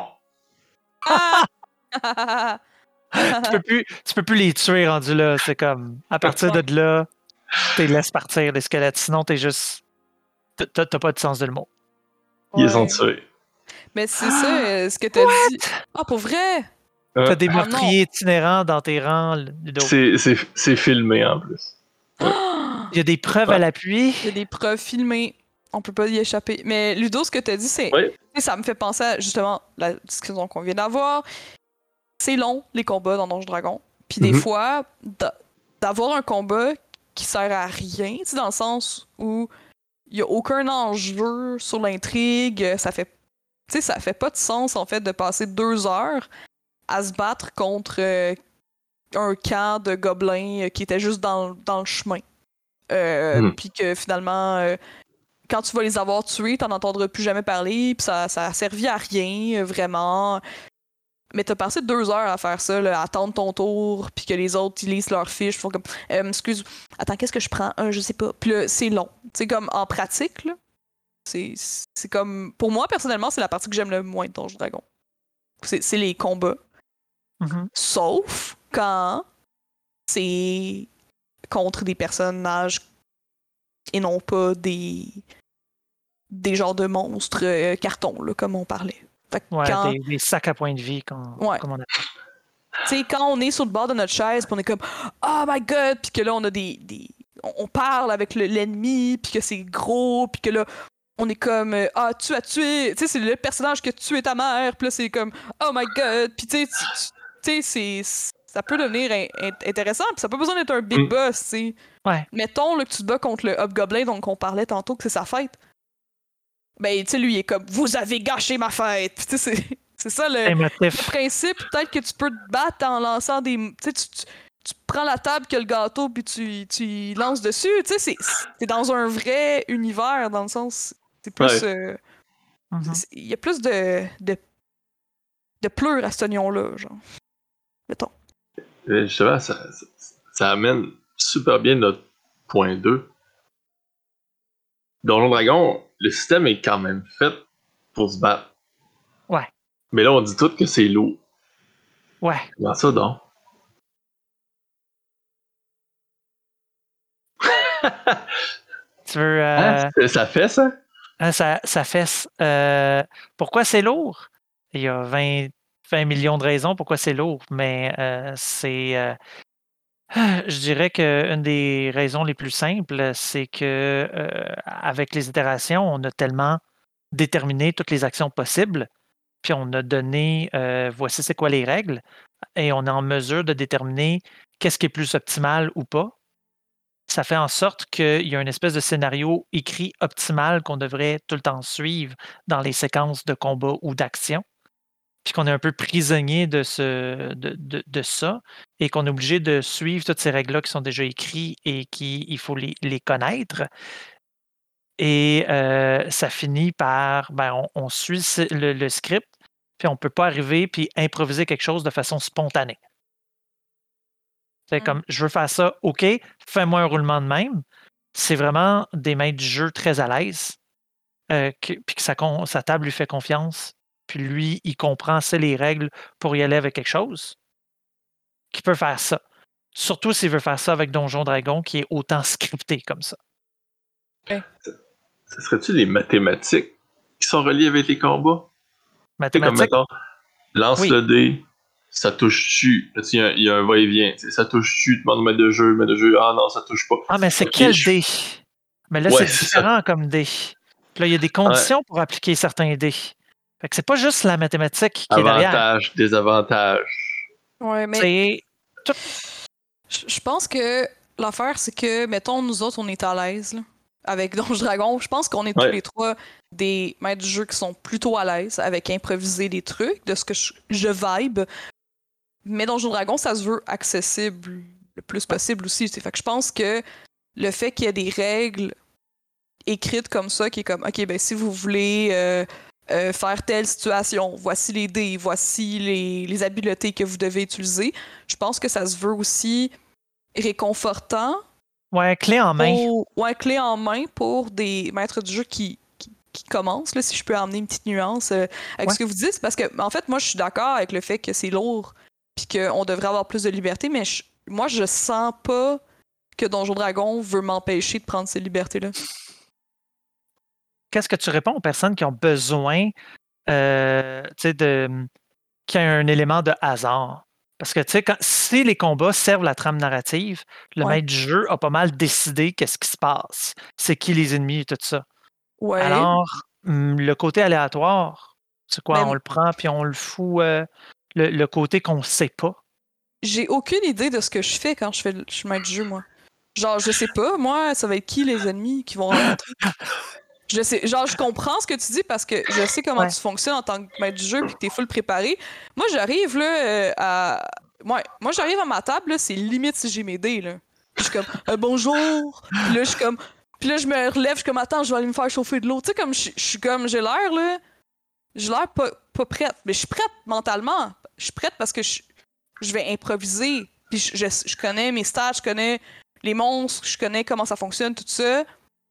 Tu peux plus les tuer rendus là. C'est comme, à partir de là, tu les laisses partir, les squelettes. Sinon, t'es juste... T'as pas de sens de le mot. Ils les ont tués. Mais c'est ça, ce que t'as dit. Ah, pour vrai? T'as des meurtriers itinérants dans tes rangs. C'est filmé, en plus. Il y a des preuves à l'appui. Il y a des preuves filmées. On peut pas y échapper. Mais Ludo, ce que t'as dit, ça me fait penser à, justement, la discussion qu'on vient d'avoir. C'est long, les combats dans Donjons Dragons. Puis des fois, d'avoir un combat qui sert à rien, dans le sens où il y a aucun enjeu sur l'intrigue, ça fait pas de sens, en fait, de passer 2 heures à se battre contre un camp de gobelins qui était juste dans le chemin. Puis que finalement... quand tu vas les avoir tués, t'en entendras plus jamais parler, puis ça a servi à rien, vraiment. Mais t'as passé 2 heures à faire ça, là, à attendre ton tour, puis que les autres, ils lisent leurs fiches, font comme excuse, attends, qu'est-ce que je prends? Je sais pas. Puis là, c'est long. Tu sais, comme en pratique, là, c'est comme. Pour moi, personnellement, c'est la partie que j'aime le moins de Donjons Dragon. C'est les combats. Mhm. Sauf quand c'est contre des personnages et non pas des genres de monstres carton, là, comme on parlait. Fait que Ouais, quand, des sacs à points de vie, comme on appelle. tu sais, quand on est sur le bord de notre chaise, puis on est comme oh my god, puis que là on a on parle avec l'ennemi, puis que c'est gros, puis que là on est comme ah tu as tué, tu sais c'est le personnage qui a tué ta mère, puis là c'est comme oh my god, puis tu sais ça peut devenir intéressant, puis ça n'a pas besoin d'être un big boss, tu sais. Ouais. Mettons là, que tu te bats contre le Hobgoblin dont on parlait tantôt que c'est sa fête. Ben, tu sais, lui, il est comme, vous avez gâché ma fête! Puis, tu sais, c'est ça le principe. Peut-être que tu peux te battre en lançant des. Tu sais, tu prends la table que le gâteau, puis tu y lances dessus. Tu sais, c'est dans un vrai univers, dans le sens. C'est plus. Il y a plus de pleurs à cet oignon-là, genre. Mettons. Justement, ça amène super bien notre point 2. Donjon Dragon, le système est quand même fait pour se battre. Ouais. Mais là, on dit tout que c'est lourd. Ouais. Comment ça, donc? Tu veux... Ça fait ça? Ça fesse. Pourquoi c'est lourd? Il y a 20 millions de raisons pourquoi c'est lourd, mais c'est... je dirais qu'une des raisons les plus simples, c'est que avec les itérations, on a tellement déterminé toutes les actions possibles, puis on a donné voici c'est quoi les règles, et on est en mesure de déterminer qu'est-ce qui est plus optimal ou pas. Ça fait en sorte qu'il y a une espèce de scénario écrit optimal qu'on devrait tout le temps suivre dans les séquences de combat ou d'action, puis qu'on est un peu prisonnier de ça, et qu'on est obligé de suivre toutes ces règles-là qui sont déjà écrites et qu'il faut les connaître. Et ça finit par, on suit le script, puis on ne peut pas arriver puis improviser quelque chose de façon spontanée. C'est comme, je veux faire ça, OK, fais-moi un roulement de même. C'est vraiment des maîtres du jeu très à l'aise, puis que sa table lui fait confiance, puis lui, il comprend, c'est les règles pour y aller avec quelque chose, qui peut faire ça. Surtout s'il veut faire ça avec Donjon Dragon, qui est autant scripté comme ça. Okay. Ça serait-tu les mathématiques qui sont reliées avec les combats? Mathématiques? Comme mettons, lance le dé, ça touche-tu? Il y a un va-et-vient. Ça touche-tu? Demande-moi de jeu, ah non, ça touche pas. Ah, mais c'est quel dé? Mais là, c'est différent comme dé. Puis là, il y a des conditions pour appliquer certains dés. Fait que c'est pas juste la mathématique qui est derrière. Avantages, désavantages. Ouais, mais je pense que l'affaire, c'est que, mettons, nous autres, on est à l'aise, là, avec Donjon Dragon. Je pense qu'on est tous les trois des maîtres du jeu qui sont plutôt à l'aise avec improviser des trucs, de ce que je vibe. Mais Donjon Dragon, ça se veut accessible le plus possible aussi. Fait que je pense que le fait qu'il y ait des règles écrites comme ça, qui est comme, OK, ben si vous voulez faire telle situation, voici les dés, voici les habiletés que vous devez utiliser, je pense que ça se veut aussi réconfortant. Ouais, clé en main. Clé en main pour des maîtres du jeu qui commencent, là, si je peux amener une petite nuance avec ce que vous dites, parce que, en fait, moi, je suis d'accord avec le fait que c'est lourd puis qu'on devrait avoir plus de liberté, mais moi, je sens pas que Donjon Dragon veut m'empêcher de prendre ces libertés-là. Qu'est-ce que tu réponds aux personnes qui ont besoin qui a un élément de hasard? Parce que, tu sais, si les combats servent la trame narrative, le maître du jeu a pas mal décidé qu'est-ce qui se passe. C'est qui les ennemis et tout ça. Ouais. Alors, le côté aléatoire, c'est quoi? On le prend puis on le fout le côté qu'on ne sait pas. J'ai aucune idée de ce que je fais quand je suis maître du jeu, moi. Genre, je sais pas, moi, ça va être qui les ennemis qui vont rencontrer? Je comprends ce que tu dis parce que je sais comment tu fonctionnes en tant que maître du jeu puis que t'es full préparé. Moi, j'arrive là moi, j'arrive à ma table, là, c'est limite si j'ai mes dés, là. Je suis comme bonjour. Puis là, je suis comme Puis là, je me relève, je suis comme, attends, je vais aller me faire chauffer de l'eau. Tu sais, comme, je suis comme, j'ai l'air, là, j'ai l'air pas prête. Mais je suis prête mentalement. Je suis prête parce que je vais improviser. Puis je connais mes stats, je connais les monstres, je connais comment ça fonctionne, tout ça.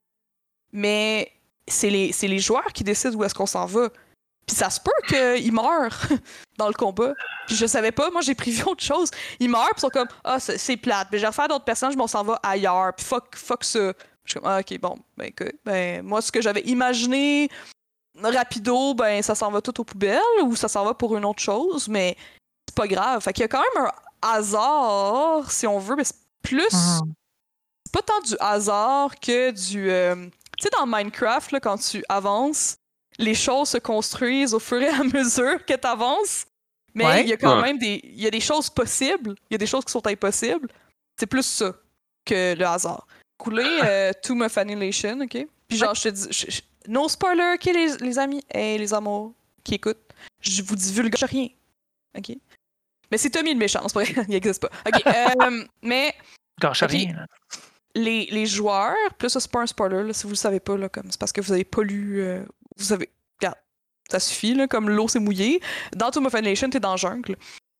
Mais c'est les joueurs qui décident où est-ce qu'on s'en va. Puis ça se peut qu'ils meurent dans le combat. Puis je savais pas, moi j'ai prévu autre chose. Ils meurent, puis ils sont comme, ah, c'est plate. Mais je vais refaire d'autres personnages, mais on s'en va ailleurs. Puis fuck ça. Je suis comme, ah, ok, bon, ben écoute, ben moi ce que j'avais imaginé rapido, ben ça s'en va tout aux poubelles ou ça s'en va pour une autre chose, mais c'est pas grave. Fait qu'il y a quand même un hasard, si on veut, mais c'est plus. C'est pas tant du hasard que du. Tu sais, dans Minecraft, là, quand tu avances, les choses se construisent au fur et à mesure que tu avances. Mais il y a quand même il y a des choses possibles, il y a des choses qui sont impossibles. C'est plus ça que le hasard. Couler To My Annihilation, ok? Puis genre, je te dis, no spoiler, ok, les amis, et les amours qui écoutent. Je vous divulgue rien, ok? Mais c'est Tommy le méchant, c'est pas vrai, il existe pas. Ok, mais. Gâche rien, là. Les joueurs, puis là, ça c'est pas un spoiler, là, si vous le savez pas, là, comme c'est parce que vous avez pas lu. Vous avez. Regarde, ça suffit, là, comme l'eau s'est mouillée. Dans To My Annihilation, t'es dans la jungle.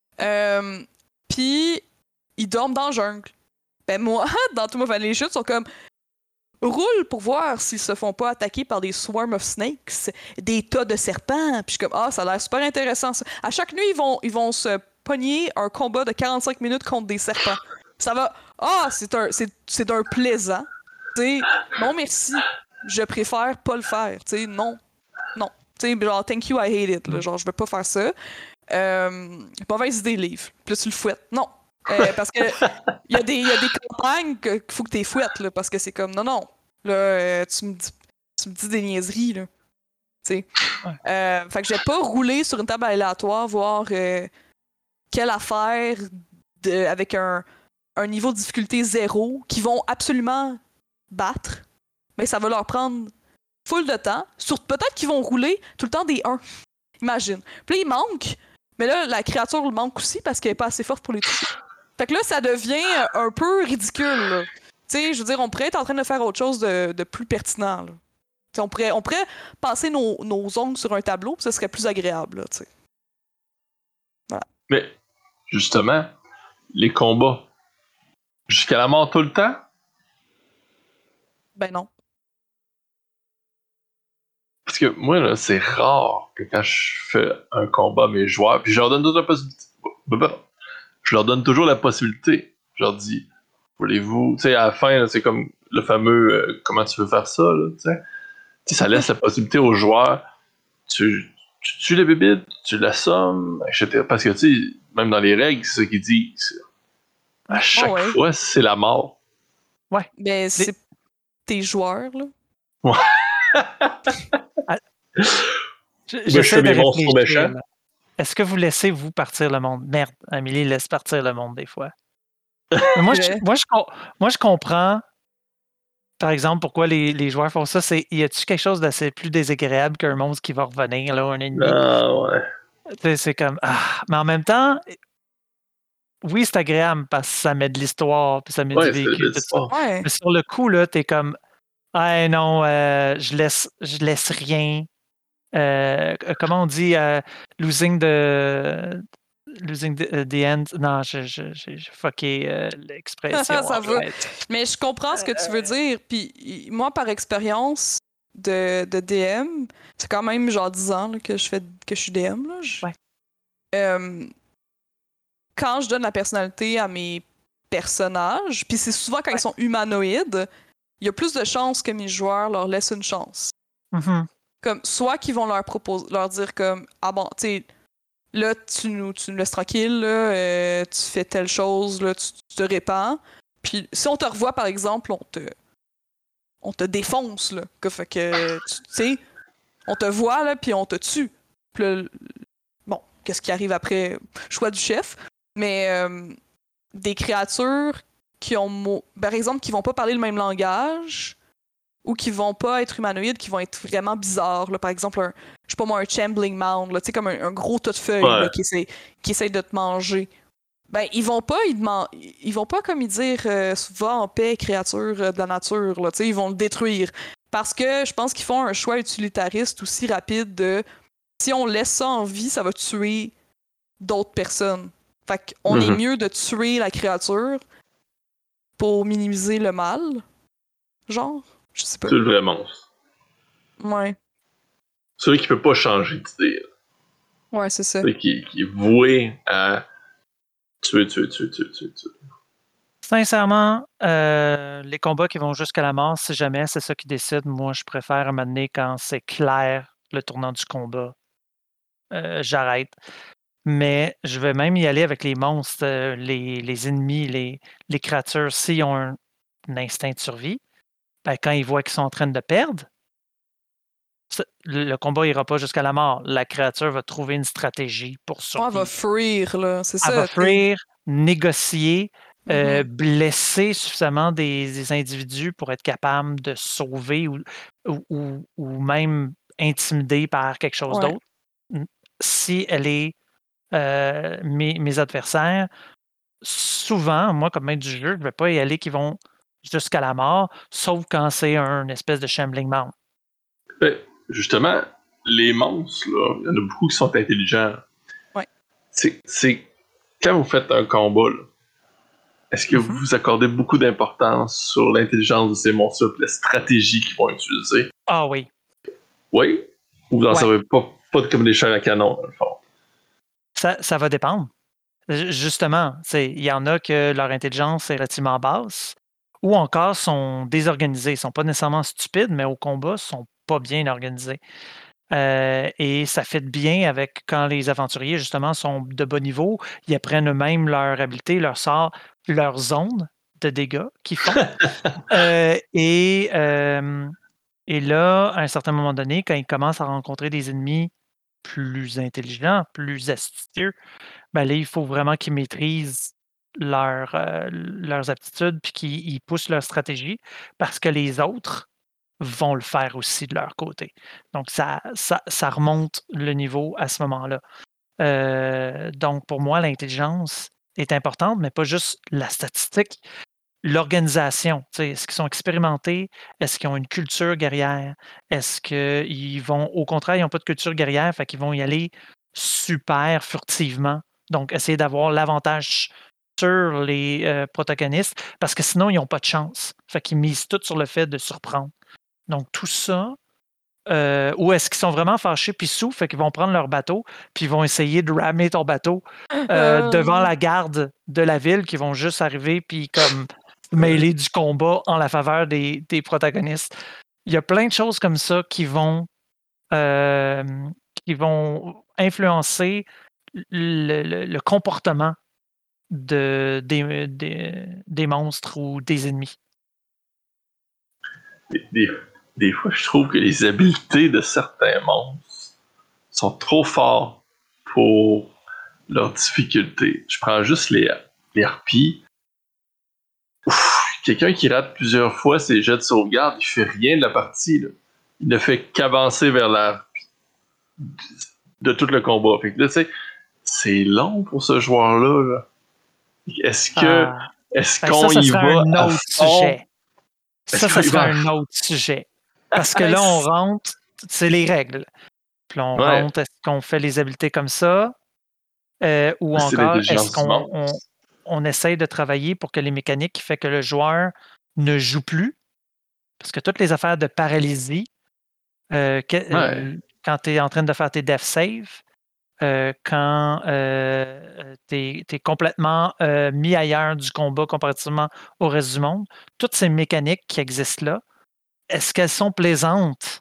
Puis, ils dorment dans la jungle. Ben, moi, dans To My Annihilation, ils sont comme. Roule pour voir s'ils se font pas attaquer par des swarm of snakes, des tas de serpents. Puis je suis comme, ah, ça a l'air super intéressant, ça. À chaque nuit, ils vont se pogner un combat de 45 minutes contre des serpents. Ça va. Ah, c'est un plaisant. T'sais, non, merci. Je préfère pas le faire. T'sais, non. T'sais, genre, thank you, I hate it. Là, genre, je veux pas faire ça. Mauvaise idée, livre. Puis là, tu le fouettes. Non. Parce que il y a des campagnes qu'il faut que tu les fouettes, là, parce que c'est comme, non. Là, tu me dis des niaiseries, là. T'sais. Fait que je vais pas rouler sur une table aléatoire, voir quelle affaire avec un niveau de difficulté 0 qu'ils vont absolument battre, mais ça va leur prendre full de temps. Peut-être qu'ils vont rouler tout le temps des 1. Imagine. Puis là, ils manquent, mais là, la créature manque aussi parce qu'elle est pas assez forte pour les toucher. Fait que là, ça devient un peu ridicule. Tu sais, je veux dire, on pourrait être en train de faire autre chose de plus pertinent. Là. On pourrait passer nos ongles sur un tableau, puis ça serait plus agréable. Là, t'sais. Voilà. Mais, justement, les combats, jusqu'à la mort tout le temps? Ben non. Parce que moi, là, c'est rare que quand je fais un combat à mes joueurs, puis je leur donne toujours la possibilité. Je leur donne toujours la possibilité. Je leur dis, voulez-vous. Tu sais, à la fin, là, c'est comme le fameux comment tu veux faire ça, là, tu sais. Ça laisse la possibilité aux joueurs. Tu tues les bébites, tu l'assommes, etc. Parce que, tu sais, même dans les règles, c'est ça qu'ils disent. À chaque fois, c'est la mort. Ouais. Mais c'est tes joueurs, là. Ouais. J'essaie de réfléchir. Est-ce que vous laissez, vous, partir le monde? Merde, Amélie laisse partir le monde des fois. moi, je comprends, par exemple, pourquoi les joueurs font ça. Y a-t-il quelque chose d'assez plus désagréable qu'un monstre qui va revenir, là, un ennemi? Ah, ouais. C'est comme... mais en même temps... Oui, c'est agréable parce que ça met de l'histoire, puis ça met du vécu, tout ça. Ouais. Mais sur le coup, là, t'es comme, ah non, je laisse rien. Comment on dit, losing the end. Non, j'ai fucké l'expression. Ça va. Mais je comprends ce que tu veux dire. Puis moi, par expérience de DM, c'est quand même genre 10 ans là, que je suis DM. Là. Quand je donne la personnalité à mes personnages, puis c'est souvent quand ils sont humanoïdes, il y a plus de chances que mes joueurs leur laissent une chance. Mm-hmm. Comme, soit qu'ils vont leur dire comme, ah bon, tu sais, là, tu nous laisses tranquille, là, tu fais telle chose, là, tu te répands. Puis si on te revoit, par exemple, on te défonce, là. Fait que, tu sais, on te voit, là, puis on te tue. Puis là, bon, qu'est-ce qui arrive après? Choix du chef. Mais des créatures qui ont, par exemple, qui vont pas parler le même langage ou qui vont pas être humanoïdes, qui vont être vraiment bizarres. Là. Par exemple, je sais pas moi, un Chambling Mound, tu sais, comme un gros tas de feuilles là, qui essaie de te manger. Ben, ils vont pas comme ils dire va en paix, créature de la nature, là, tu sais, ils vont le détruire. Parce que je pense qu'ils font un choix utilitariste aussi rapide de si on laisse ça en vie, ça va tuer d'autres personnes. Fait qu'on est mieux de tuer la créature pour minimiser le mal. Genre, je sais pas. C'est le vrai monstre. Ouais. Celui qui peut pas changer d'idée. Ouais, c'est ça. Celui qui est voué à tuer. Sincèrement, les combats qui vont jusqu'à la mort, si jamais c'est ça qui décide, moi, je préfère à m'amener quand c'est clair le tournant du combat. J'arrête. Mais je vais même y aller avec les monstres, les ennemis, les créatures. S'ils ont un instinct de survie, ben, quand ils voient qu'ils sont en train de perdre, le combat ira pas jusqu'à la mort. La créature va trouver une stratégie pour survivre. Elle va fuir, là, c'est ça. Elle va fuir, négocier, Mhm. blesser suffisamment des individus pour être capable de sauver ou même intimider par quelque chose Ouais. d'autre. Si elle est mes adversaires, souvent, moi, comme maître du jeu, je ne vais pas y aller qui vont jusqu'à la mort, sauf quand c'est un espèce de shambling mount. Ben, justement, les monstres, là, il y en a beaucoup qui sont intelligents. Ouais. C'est quand vous faites un combat, là, est-ce que Mhm. vous accordez beaucoup d'importance sur l'intelligence de ces monstres, la stratégie qu'ils vont utiliser? Ah oui. Oui? Ou vous n'en Ouais. savez pas comme des chars à canon, dans le fond? Ça va dépendre. Justement, il y en a que leur intelligence est relativement basse ou encore sont désorganisés. Ils ne sont pas nécessairement stupides, mais au combat, ils ne sont pas bien organisés. Et ça fait bien avec quand les aventuriers, justement, sont de bas niveau. Ils apprennent eux-mêmes leur habileté, leur sort, leur zone de dégâts qu'ils font. Et là, à un certain moment donné, quand ils commencent à rencontrer des ennemis plus intelligents, plus astucieux, ben là, il faut vraiment qu'ils maîtrisent leurs aptitudes puis qu'ils poussent leur stratégie parce que les autres vont le faire aussi de leur côté. Donc, ça remonte le niveau à ce moment-là. Donc, pour moi, l'intelligence est importante, mais pas juste la statistique. L'organisation, est-ce qu'ils sont expérimentés? Est-ce qu'ils ont une culture guerrière? Est-ce qu'ils vont, au contraire, ils n'ont pas de culture guerrière, fait qu'ils vont y aller super furtivement. Donc, essayer d'avoir l'avantage sur les protagonistes, parce que sinon, ils n'ont pas de chance. Fait qu'ils misent tout sur le fait de surprendre. Donc, tout ça, ou est-ce qu'ils sont vraiment fâchés puis sous, fait qu'ils vont prendre leur bateau, puis ils vont essayer de ramer ton bateau devant la garde de la ville, qui vont juste arriver puis comme mêler du combat en la faveur des protagonistes. Il y a plein de choses comme ça qui vont influencer le comportement des monstres ou des ennemis. Des fois, je trouve que les habiletés de certains monstres sont trop forts pour leurs difficultés. Je prends juste les harpies. Quelqu'un qui rate plusieurs fois ses jets de sauvegarde, il fait rien de la partie. Là. Il ne fait qu'avancer vers la de tout le combat. Fait que là, tu sais, c'est long pour ce joueur-là. Là. Est-ce qu'on ça y serait va un à autre fond? sujet. Ça serait un autre sujet. Parce que là, on rentre, c'est les règles. Puis là, on rentre, est-ce qu'on fait les habiletés comme ça? Ou encore, est-ce qu'on essaye de travailler pour que les mécaniques qui fait que le joueur ne joue plus? Parce que toutes les affaires de paralysie, quand tu es en train de faire tes death saves, quand tu es complètement mis ailleurs du combat comparativement au reste du monde, toutes ces mécaniques qui existent là, est-ce qu'elles sont plaisantes?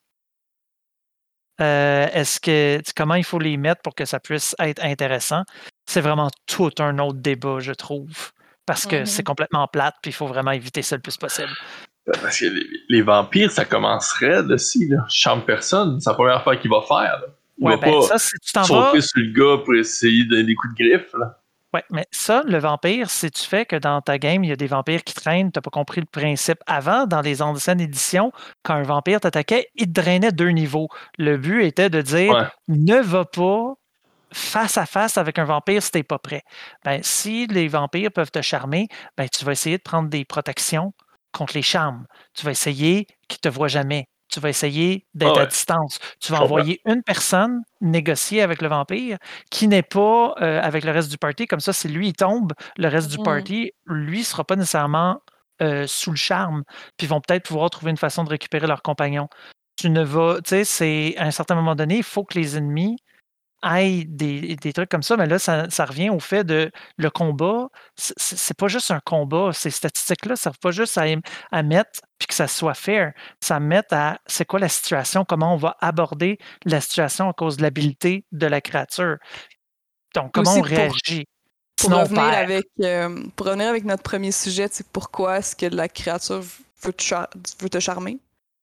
Comment il faut les mettre pour que ça puisse être intéressant? C'est vraiment tout un autre débat, je trouve. Parce que c'est complètement plate, puis il faut vraiment éviter ça le plus possible. Parce que les vampires, ça commencerait de si, là. Je chante personne, c'est la première affaire qu'il va faire. Là. Il va pas ça, si tu t'en sauter vas... sur le gars pour essayer de donner des coups de griffe. Là. Oui, mais ça, le vampire, si tu fais que dans ta game, il y a des vampires qui traînent, tu n'as pas compris le principe. Avant, dans les anciennes éditions, quand un vampire t'attaquait, il te drainait 2 niveaux. Le but était de dire ne va pas face à face avec un vampire si t'es pas prêt. Ben, si les vampires peuvent te charmer, ben, tu vas essayer de prendre des protections contre les charmes. Tu vas essayer qu'ils ne te voient jamais. Tu vas essayer d'être à distance. Tu vas envoyer une personne négocier avec le vampire qui n'est pas avec le reste du party. Comme ça, si lui, il tombe, le reste du party, lui, ne sera pas nécessairement sous le charme. Puis ils vont peut-être pouvoir trouver une façon de récupérer leur compagnon. Tu sais, c'est à un certain moment donné, il faut que les ennemis aient des trucs comme ça, mais là, ça revient au fait de le combat, c'est pas juste un combat. Ces statistiques-là, ça ne servent pas juste à mettre puis que ça soit fair. Ça met à c'est quoi la situation, comment on va aborder la situation à cause de l'habilité de la créature. Donc, comment on réagit. Pour revenir avec notre premier sujet, c'est pourquoi est-ce que la créature veut te charmer?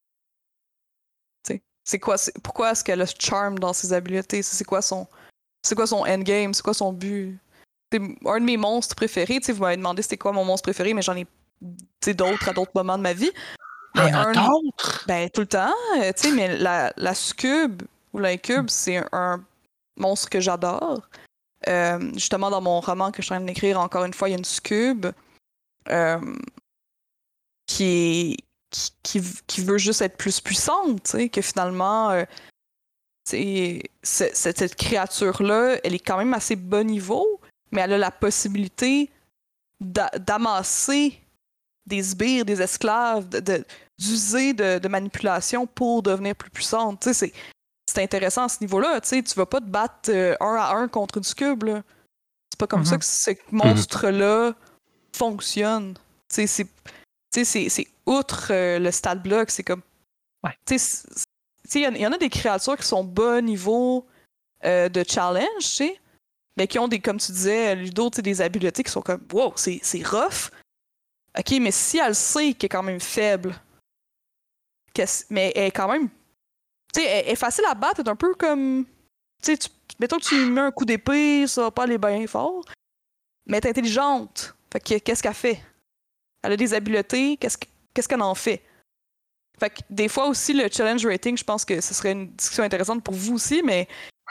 Pourquoi est-ce qu'elle a ce charme dans ses habiletés? C'est quoi son endgame? C'est quoi son but? C'est un de mes monstres préférés. Vous m'avez demandé c'était quoi mon monstre préféré, mais j'en ai d'autres à d'autres moments de ma vie. D'autres? Ben, tout le temps. Mais la succube ou l'incube, c'est un monstre que j'adore. Justement, dans mon roman que je suis en train d'écrire, encore une fois, il y a une succube qui veut juste être plus puissante, que finalement, cette créature-là, elle est quand même assez bas niveau, mais elle a la possibilité d'amasser des sbires, des esclaves, d'user de manipulation pour devenir plus puissante. C'est intéressant à ce niveau-là. Tu vas pas te battre 1-1 contre une succube. Là. C'est pas comme ça que ce monstre-là fonctionne. C'est outre le stat block, c'est comme. Ouais. Il y en a des créatures qui sont bas niveau de challenge, mais qui ont comme tu disais, Ludo, des habiletés qui sont comme wow, c'est rough. Ok, mais si elle sait qu'elle est quand même faible, mais elle est quand même. Elle est facile à battre, elle est un peu comme. Mettons que tu lui mets un coup d'épée, ça va pas aller bien fort. Mais elle est intelligente. Fait que qu'est-ce qu'elle fait? Elle a des habiletés, qu'est-ce qu'elle en fait? Fait que des fois aussi, le challenge rating, je pense que ce serait une discussion intéressante pour vous aussi, mais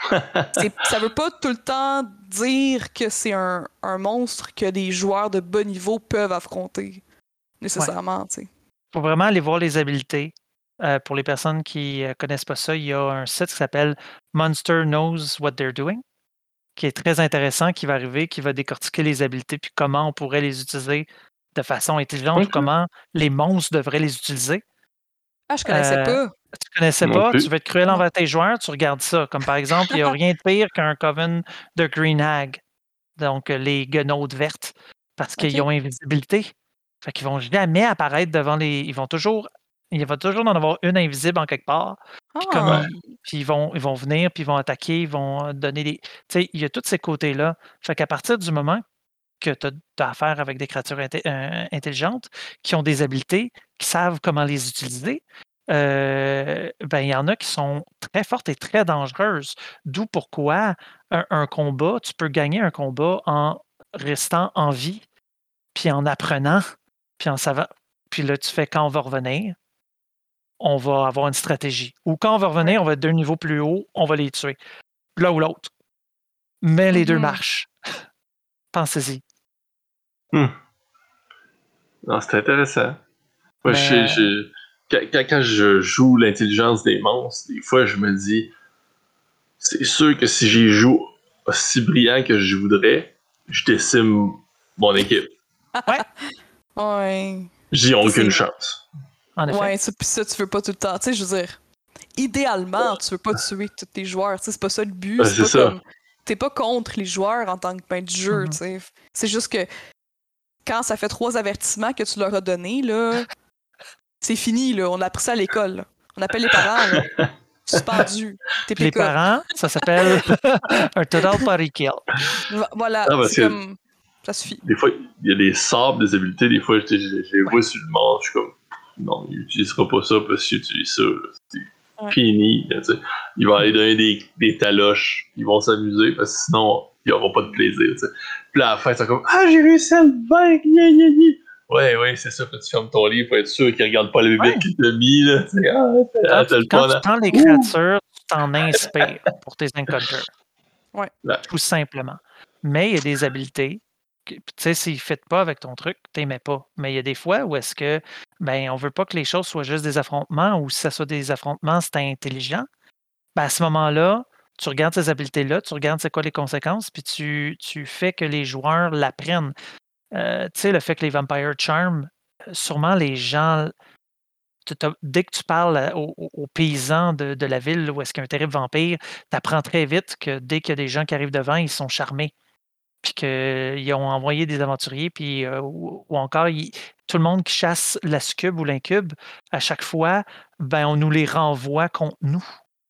ça veut pas tout le temps dire que c'est un monstre que des joueurs de bas niveau peuvent affronter, nécessairement. Il faut vraiment aller voir les habiletés. Pour les personnes qui ne connaissent pas ça, il y a un site qui s'appelle Monster Knows What They're Doing, qui est très intéressant, qui va arriver, qui va décortiquer les habiletés, puis comment on pourrait les utiliser de façon intelligente, ou comment les monstres devraient les utiliser. Ah, je connaissais pas. Tu connaissais pas, tu veux être cruel envers tes joueurs, tu regardes ça. Comme par exemple, il n'y a rien de pire qu'un coven de Green Hag, donc les guenaudes vertes, parce qu'ils ont invisibilité. Fait qu'ils vont jamais apparaître devant les. Il va toujours en avoir une invisible en quelque part. Puis ils vont venir, puis ils vont attaquer, ils vont donner des. Tu sais, il y a tous ces côtés-là. Fait qu'à partir du moment que tu as affaire avec des créatures intelligentes, qui ont des habiletés, qui savent comment les utiliser, il y en a qui sont très fortes et très dangereuses. D'où pourquoi un combat, tu peux gagner un combat en restant en vie, puis en apprenant, puis en savant. Puis là, tu fais quand on va revenir, on va avoir une stratégie. Ou quand on va revenir, on va être d'un niveau plus haut, on va les tuer. L'un ou l'autre. Mais les deux marchent. Pensez-y. Non, c'est intéressant. Moi, quand je joue l'intelligence des monstres, des fois, je me dis, c'est sûr que si j'y joue aussi brillant que je voudrais, je décime mon équipe. Ouais. J'y ai aucune chance. En effet. Ouais, ça, tu veux pas tout le temps. Tu sais, je veux dire, idéalement, tu veux pas tuer tous tes joueurs. Tu sais, c'est pas ça le but. C'est pas ça. Comme... T'es pas contre les joueurs en tant que maître du jeu, tu sais. C'est juste que quand ça fait 3 avertissements que tu leur as donnés, là, c'est fini, là. On a appris ça à l'école. Là. On appelle les parents, là. Suspendu. Les parents, ça s'appelle un total party kill. Voilà, c'est comme... Ça suffit. Des fois, il y a des sabres, des habiletés. Des fois, je les vois sur le monde. Je suis comme, non, il n'utilisera pas ça parce qu'il utilise ça. C'est fini. Tu sais. Il va aller donner des taloches. Ils vont s'amuser parce que sinon, il n'y aura pas de plaisir. Tu sais. Puis là, à la fin, c'est comme, j'ai réussi à le vaincre. Ouais, c'est ça. Puis tu fermes ton livre pour être sûr qu'il ne regarde pas le bébé qui t'a mis. Là. Quand tu prends les créatures, tu t'en inspires pour tes encounters. Ouais. Tout simplement. Mais il y a des habiletés. Tu sais, s'ils ne fit pas avec ton truc, tu n'aimais pas. Mais il y a des fois où est-ce que on ne veut pas que les choses soient juste des affrontements ou si ça soit des affrontements, c'est intelligent. À ce moment-là, tu regardes ces habiletés-là, tu regardes c'est quoi les conséquences, puis tu fais que les joueurs l'apprennent. Tu sais, le fait que les Vampire Charm, sûrement les gens. Dès que tu parles aux paysans de la ville où est-ce qu'il y a un terrible vampire, tu apprends très vite que dès qu'il y a des gens qui arrivent devant, ils sont charmés. Puis qu'ils ont envoyé des aventuriers, puis ou encore tout le monde qui chasse la succube ou l'incube, à chaque fois, on nous les renvoie contre nous.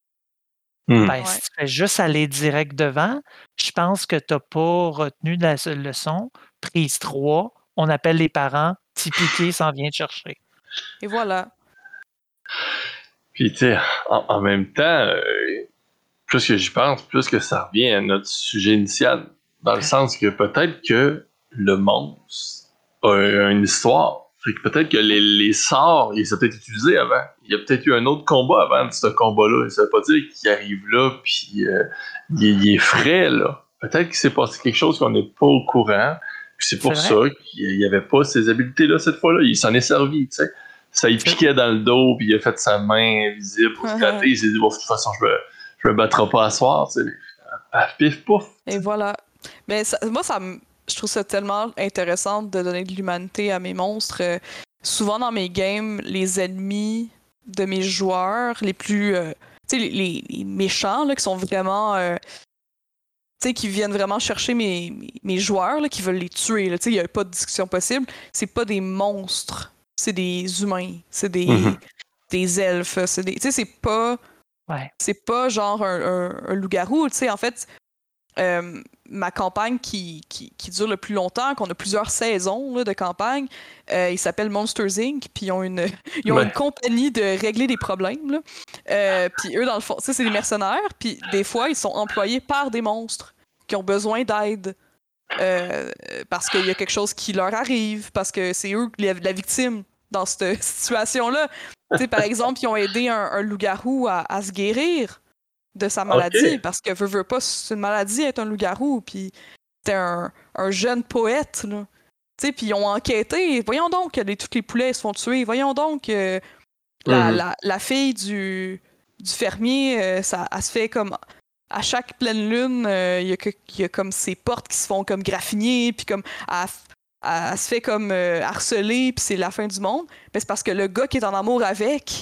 Si tu fais juste aller direct devant, je pense que tu n'as pas retenu la leçon. Prise 3, on appelle les parents, petit piqué s'en vient te chercher. Et voilà. Puis, tu sais, en même temps, plus que j'y pense, plus que ça revient à notre sujet initial. Dans le sens que peut-être que le monstre a une histoire. Fait que peut-être que les sorts, ils ont peut-être utilisés avant. Il y a peut-être eu un autre combat avant de ce combat-là. Ça veut pas dire qu'il arrive là, puis il est frais, là. Peut-être qu'il s'est passé quelque chose qu'on n'est pas au courant. Puis c'est pour ça qu'il n'y avait pas ces habiletés-là cette fois-là. Il s'en est servi, tu sais. Ça y piquait dans le dos, puis il a fait sa main invisible pour se gratter. Il s'est dit, bon, de toute façon, je me battrai pas à soir, tu sais. Paf, pif, pouf. Et voilà. Mais je trouve ça tellement intéressant de donner de l'humanité à mes monstres. Souvent dans mes games, les ennemis de mes joueurs, les plus... tu sais, les méchants, là, qui sont vraiment... tu sais, qui viennent vraiment chercher mes joueurs, là, qui veulent les tuer. Tu sais, il n'y a pas de discussion possible. C'est pas des monstres. C'est des humains. C'est des elfes. Tu sais, c'est pas... Ouais. C'est pas genre un loup-garou. Tu sais, en fait... ma campagne qui dure le plus longtemps, qu'on a plusieurs saisons là, de campagne, il s'appelle Monsters Inc. Puis ils ont une compagnie de régler des problèmes. Là. Puis eux, dans le fond, c'est des mercenaires. Puis des fois, ils sont employés par des monstres qui ont besoin d'aide. Parce qu'il y a quelque chose qui leur arrive, parce que c'est eux la victime dans cette situation-là. Par exemple, ils ont aidé un loup-garou à se guérir de sa maladie, parce que veut pas, c'est une maladie être un loup-garou, puis c'était un jeune poète, là. Puis ils ont enquêté, voyons donc que tous les poulets se font tuer, voyons donc que la fille du fermier, elle se fait comme, à chaque pleine lune, il y a comme ses portes qui se font comme graffiner, puis comme, elle se fait comme harceler, puis c'est la fin du monde. Mais c'est parce que le gars qui est en amour avec,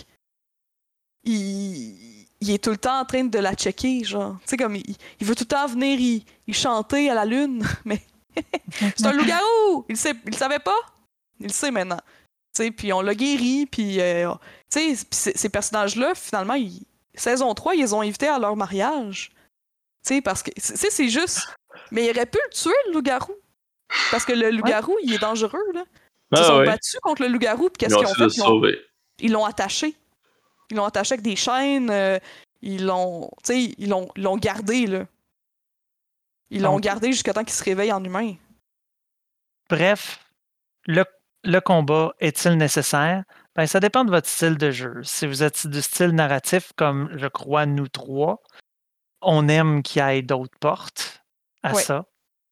il est tout le temps en train de la checker, genre. Tu sais, comme, il veut tout le temps venir il chanter à la lune, mais c'est un loup-garou! Il le savait pas? Il le sait maintenant. Tu sais, puis on l'a guéri, puis tu sais, ces personnages-là, finalement, saison 3, ils les ont invités à leur mariage. Tu sais, parce que, c'est juste... Mais il aurait pu le tuer, le loup-garou. Parce que le loup-garou, il est dangereux, là. Ils se sont battus contre le loup-garou, puis qu'est-ce qu'ils ont fait? Ils l'ont attaché. Ils l'ont attaché avec des chaînes, ils l'ont gardé, là. Ils l'ont gardé jusqu'à temps qu'il se réveille en humain. Bref, le combat est-il nécessaire? Ça dépend de votre style de jeu. Si vous êtes du style narratif, comme je crois nous trois, on aime qu'il y ait d'autres portes à ça.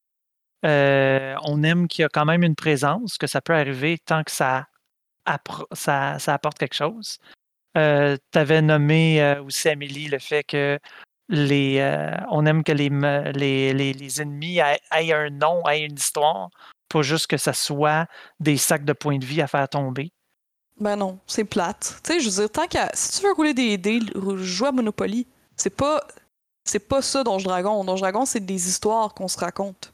On aime qu'il y a quand même une présence, que ça peut arriver tant que ça apporte quelque chose. Tu avais nommé aussi, Amélie, le fait que on aime que les ennemis aient un nom, aient une histoire, pas juste que ça soit des sacs de points de vie à faire tomber. Ben non, c'est plate. Tu sais, je veux dire, si tu veux rouler des dés, joue à Monopoly. C'est pas ça Donjon Dragon. Donjon Dragon, c'est des histoires qu'on se raconte.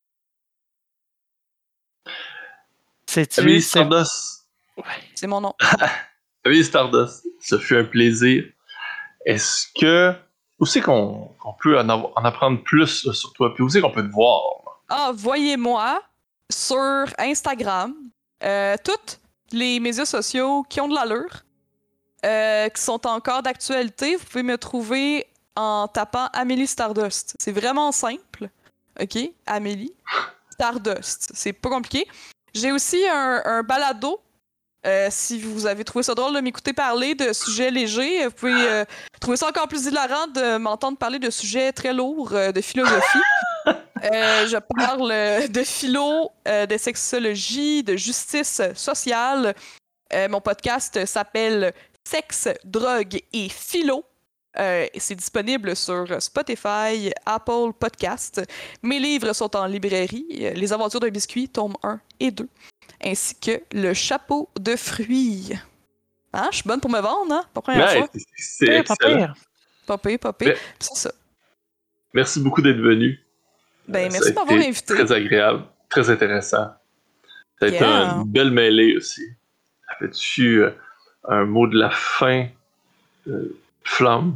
Oui, Stardust. Ouais. C'est mon nom. Oui, Stardust. Ce fut un plaisir. Est-ce que... Où c'est qu'on peut en apprendre plus là, sur toi? Puis où c'est qu'on peut te voir? Voyez-moi sur Instagram. Toutes les médias sociaux qui ont de l'allure, qui sont encore d'actualité. Vous pouvez me trouver en tapant Amélie Stardust. C'est vraiment simple. OK? Amélie Stardust. C'est pas compliqué. J'ai aussi un balado Si vous avez trouvé ça drôle de m'écouter parler de sujets légers, vous pouvez trouver ça encore plus hilarant de m'entendre parler de sujets très lourds de philosophie. Je parle de philo, de sexologie, de justice sociale. Mon podcast s'appelle Sexe, drogue et philo. C'est disponible sur Spotify, Apple Podcast. Mes livres sont en librairie. Les aventures d'un biscuit, tome 1 et 2. Ainsi que le chapeau de fruits. Hein? Je suis bonne pour me vendre, hein? Pas première fois. C'est Pas excellent. pire. Pas pire, pas pire. C'est ça. Merci beaucoup d'être venu. Ben, Ça merci a de m'avoir été invité. Très agréable, très intéressant. Ça a été Yeah. une belle mêlée aussi. Avais-tu un mot de la fin, Flamme?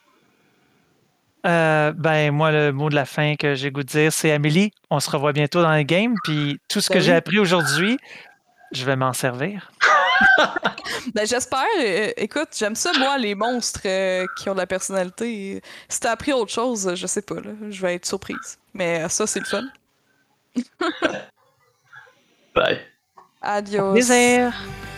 Ben, moi, le mot de la fin que j'ai goût de dire, c'est Amélie, on se revoit bientôt dans le game, puis tout ce que Ben j'ai oui. appris aujourd'hui, je vais m'en servir. Ben, j'espère. Écoute, j'aime ça, moi, les monstres qui ont de la personnalité. Si t'as appris autre chose, je sais pas, là. Je vais être surprise. Mais ça, c'est le fun. Bye. Adios. Plaisir!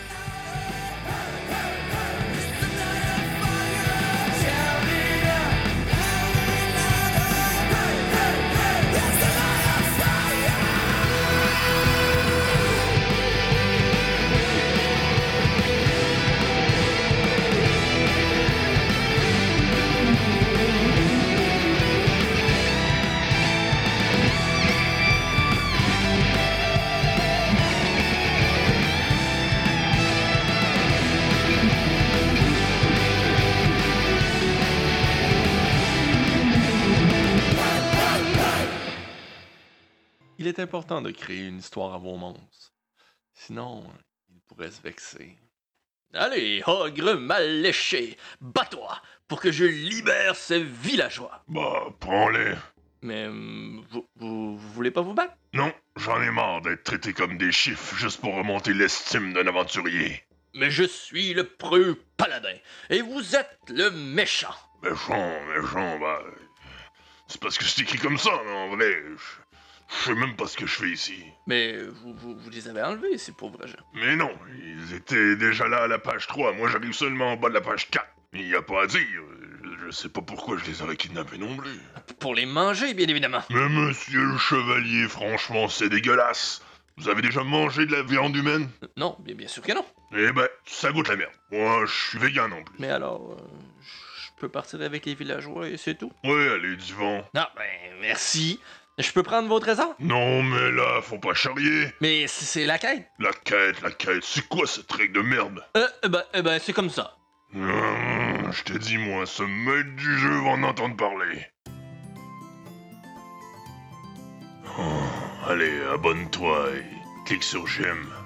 Il est important de créer une histoire à vos monstres. Sinon, ils pourraient se vexer. Allez, ogre mal léché, bats-toi pour que je libère ces villageois. Bah, prends-les. Mais vous voulez pas vous battre? Non, j'en ai marre d'être traité comme des chiffres juste pour remonter l'estime d'un aventurier. Mais je suis le preux paladin, et vous êtes le méchant. Méchant, bah... C'est parce que c'est écrit comme ça, mais en vrai, je sais même pas ce que je fais ici. Mais vous les avez enlevés, c'est pour vrai. Mais non, ils étaient déjà là à la page 3, moi j'arrive seulement en bas de la page 4. Il y a pas à dire, je sais pas pourquoi je les aurais kidnappés non plus. Pour les manger, bien évidemment. Mais monsieur le chevalier, franchement, c'est dégueulasse. Vous avez déjà mangé de la viande humaine? Non, bien sûr que non. Eh ben, ça goûte la merde. Moi, je suis vegan en plus. Mais alors, je peux partir avec les villageois et c'est tout? Ouais, allez, du vent. Non, ben, merci. Je peux prendre vos trésors? Non, mais là, faut pas charrier. Mais c'est la quête. La quête, c'est quoi ce truc de merde? Ben, c'est comme ça. Je t'ai dit, moi, ce maître du jeu va en entendre parler. Oh, allez, abonne-toi et clique sur j'aime.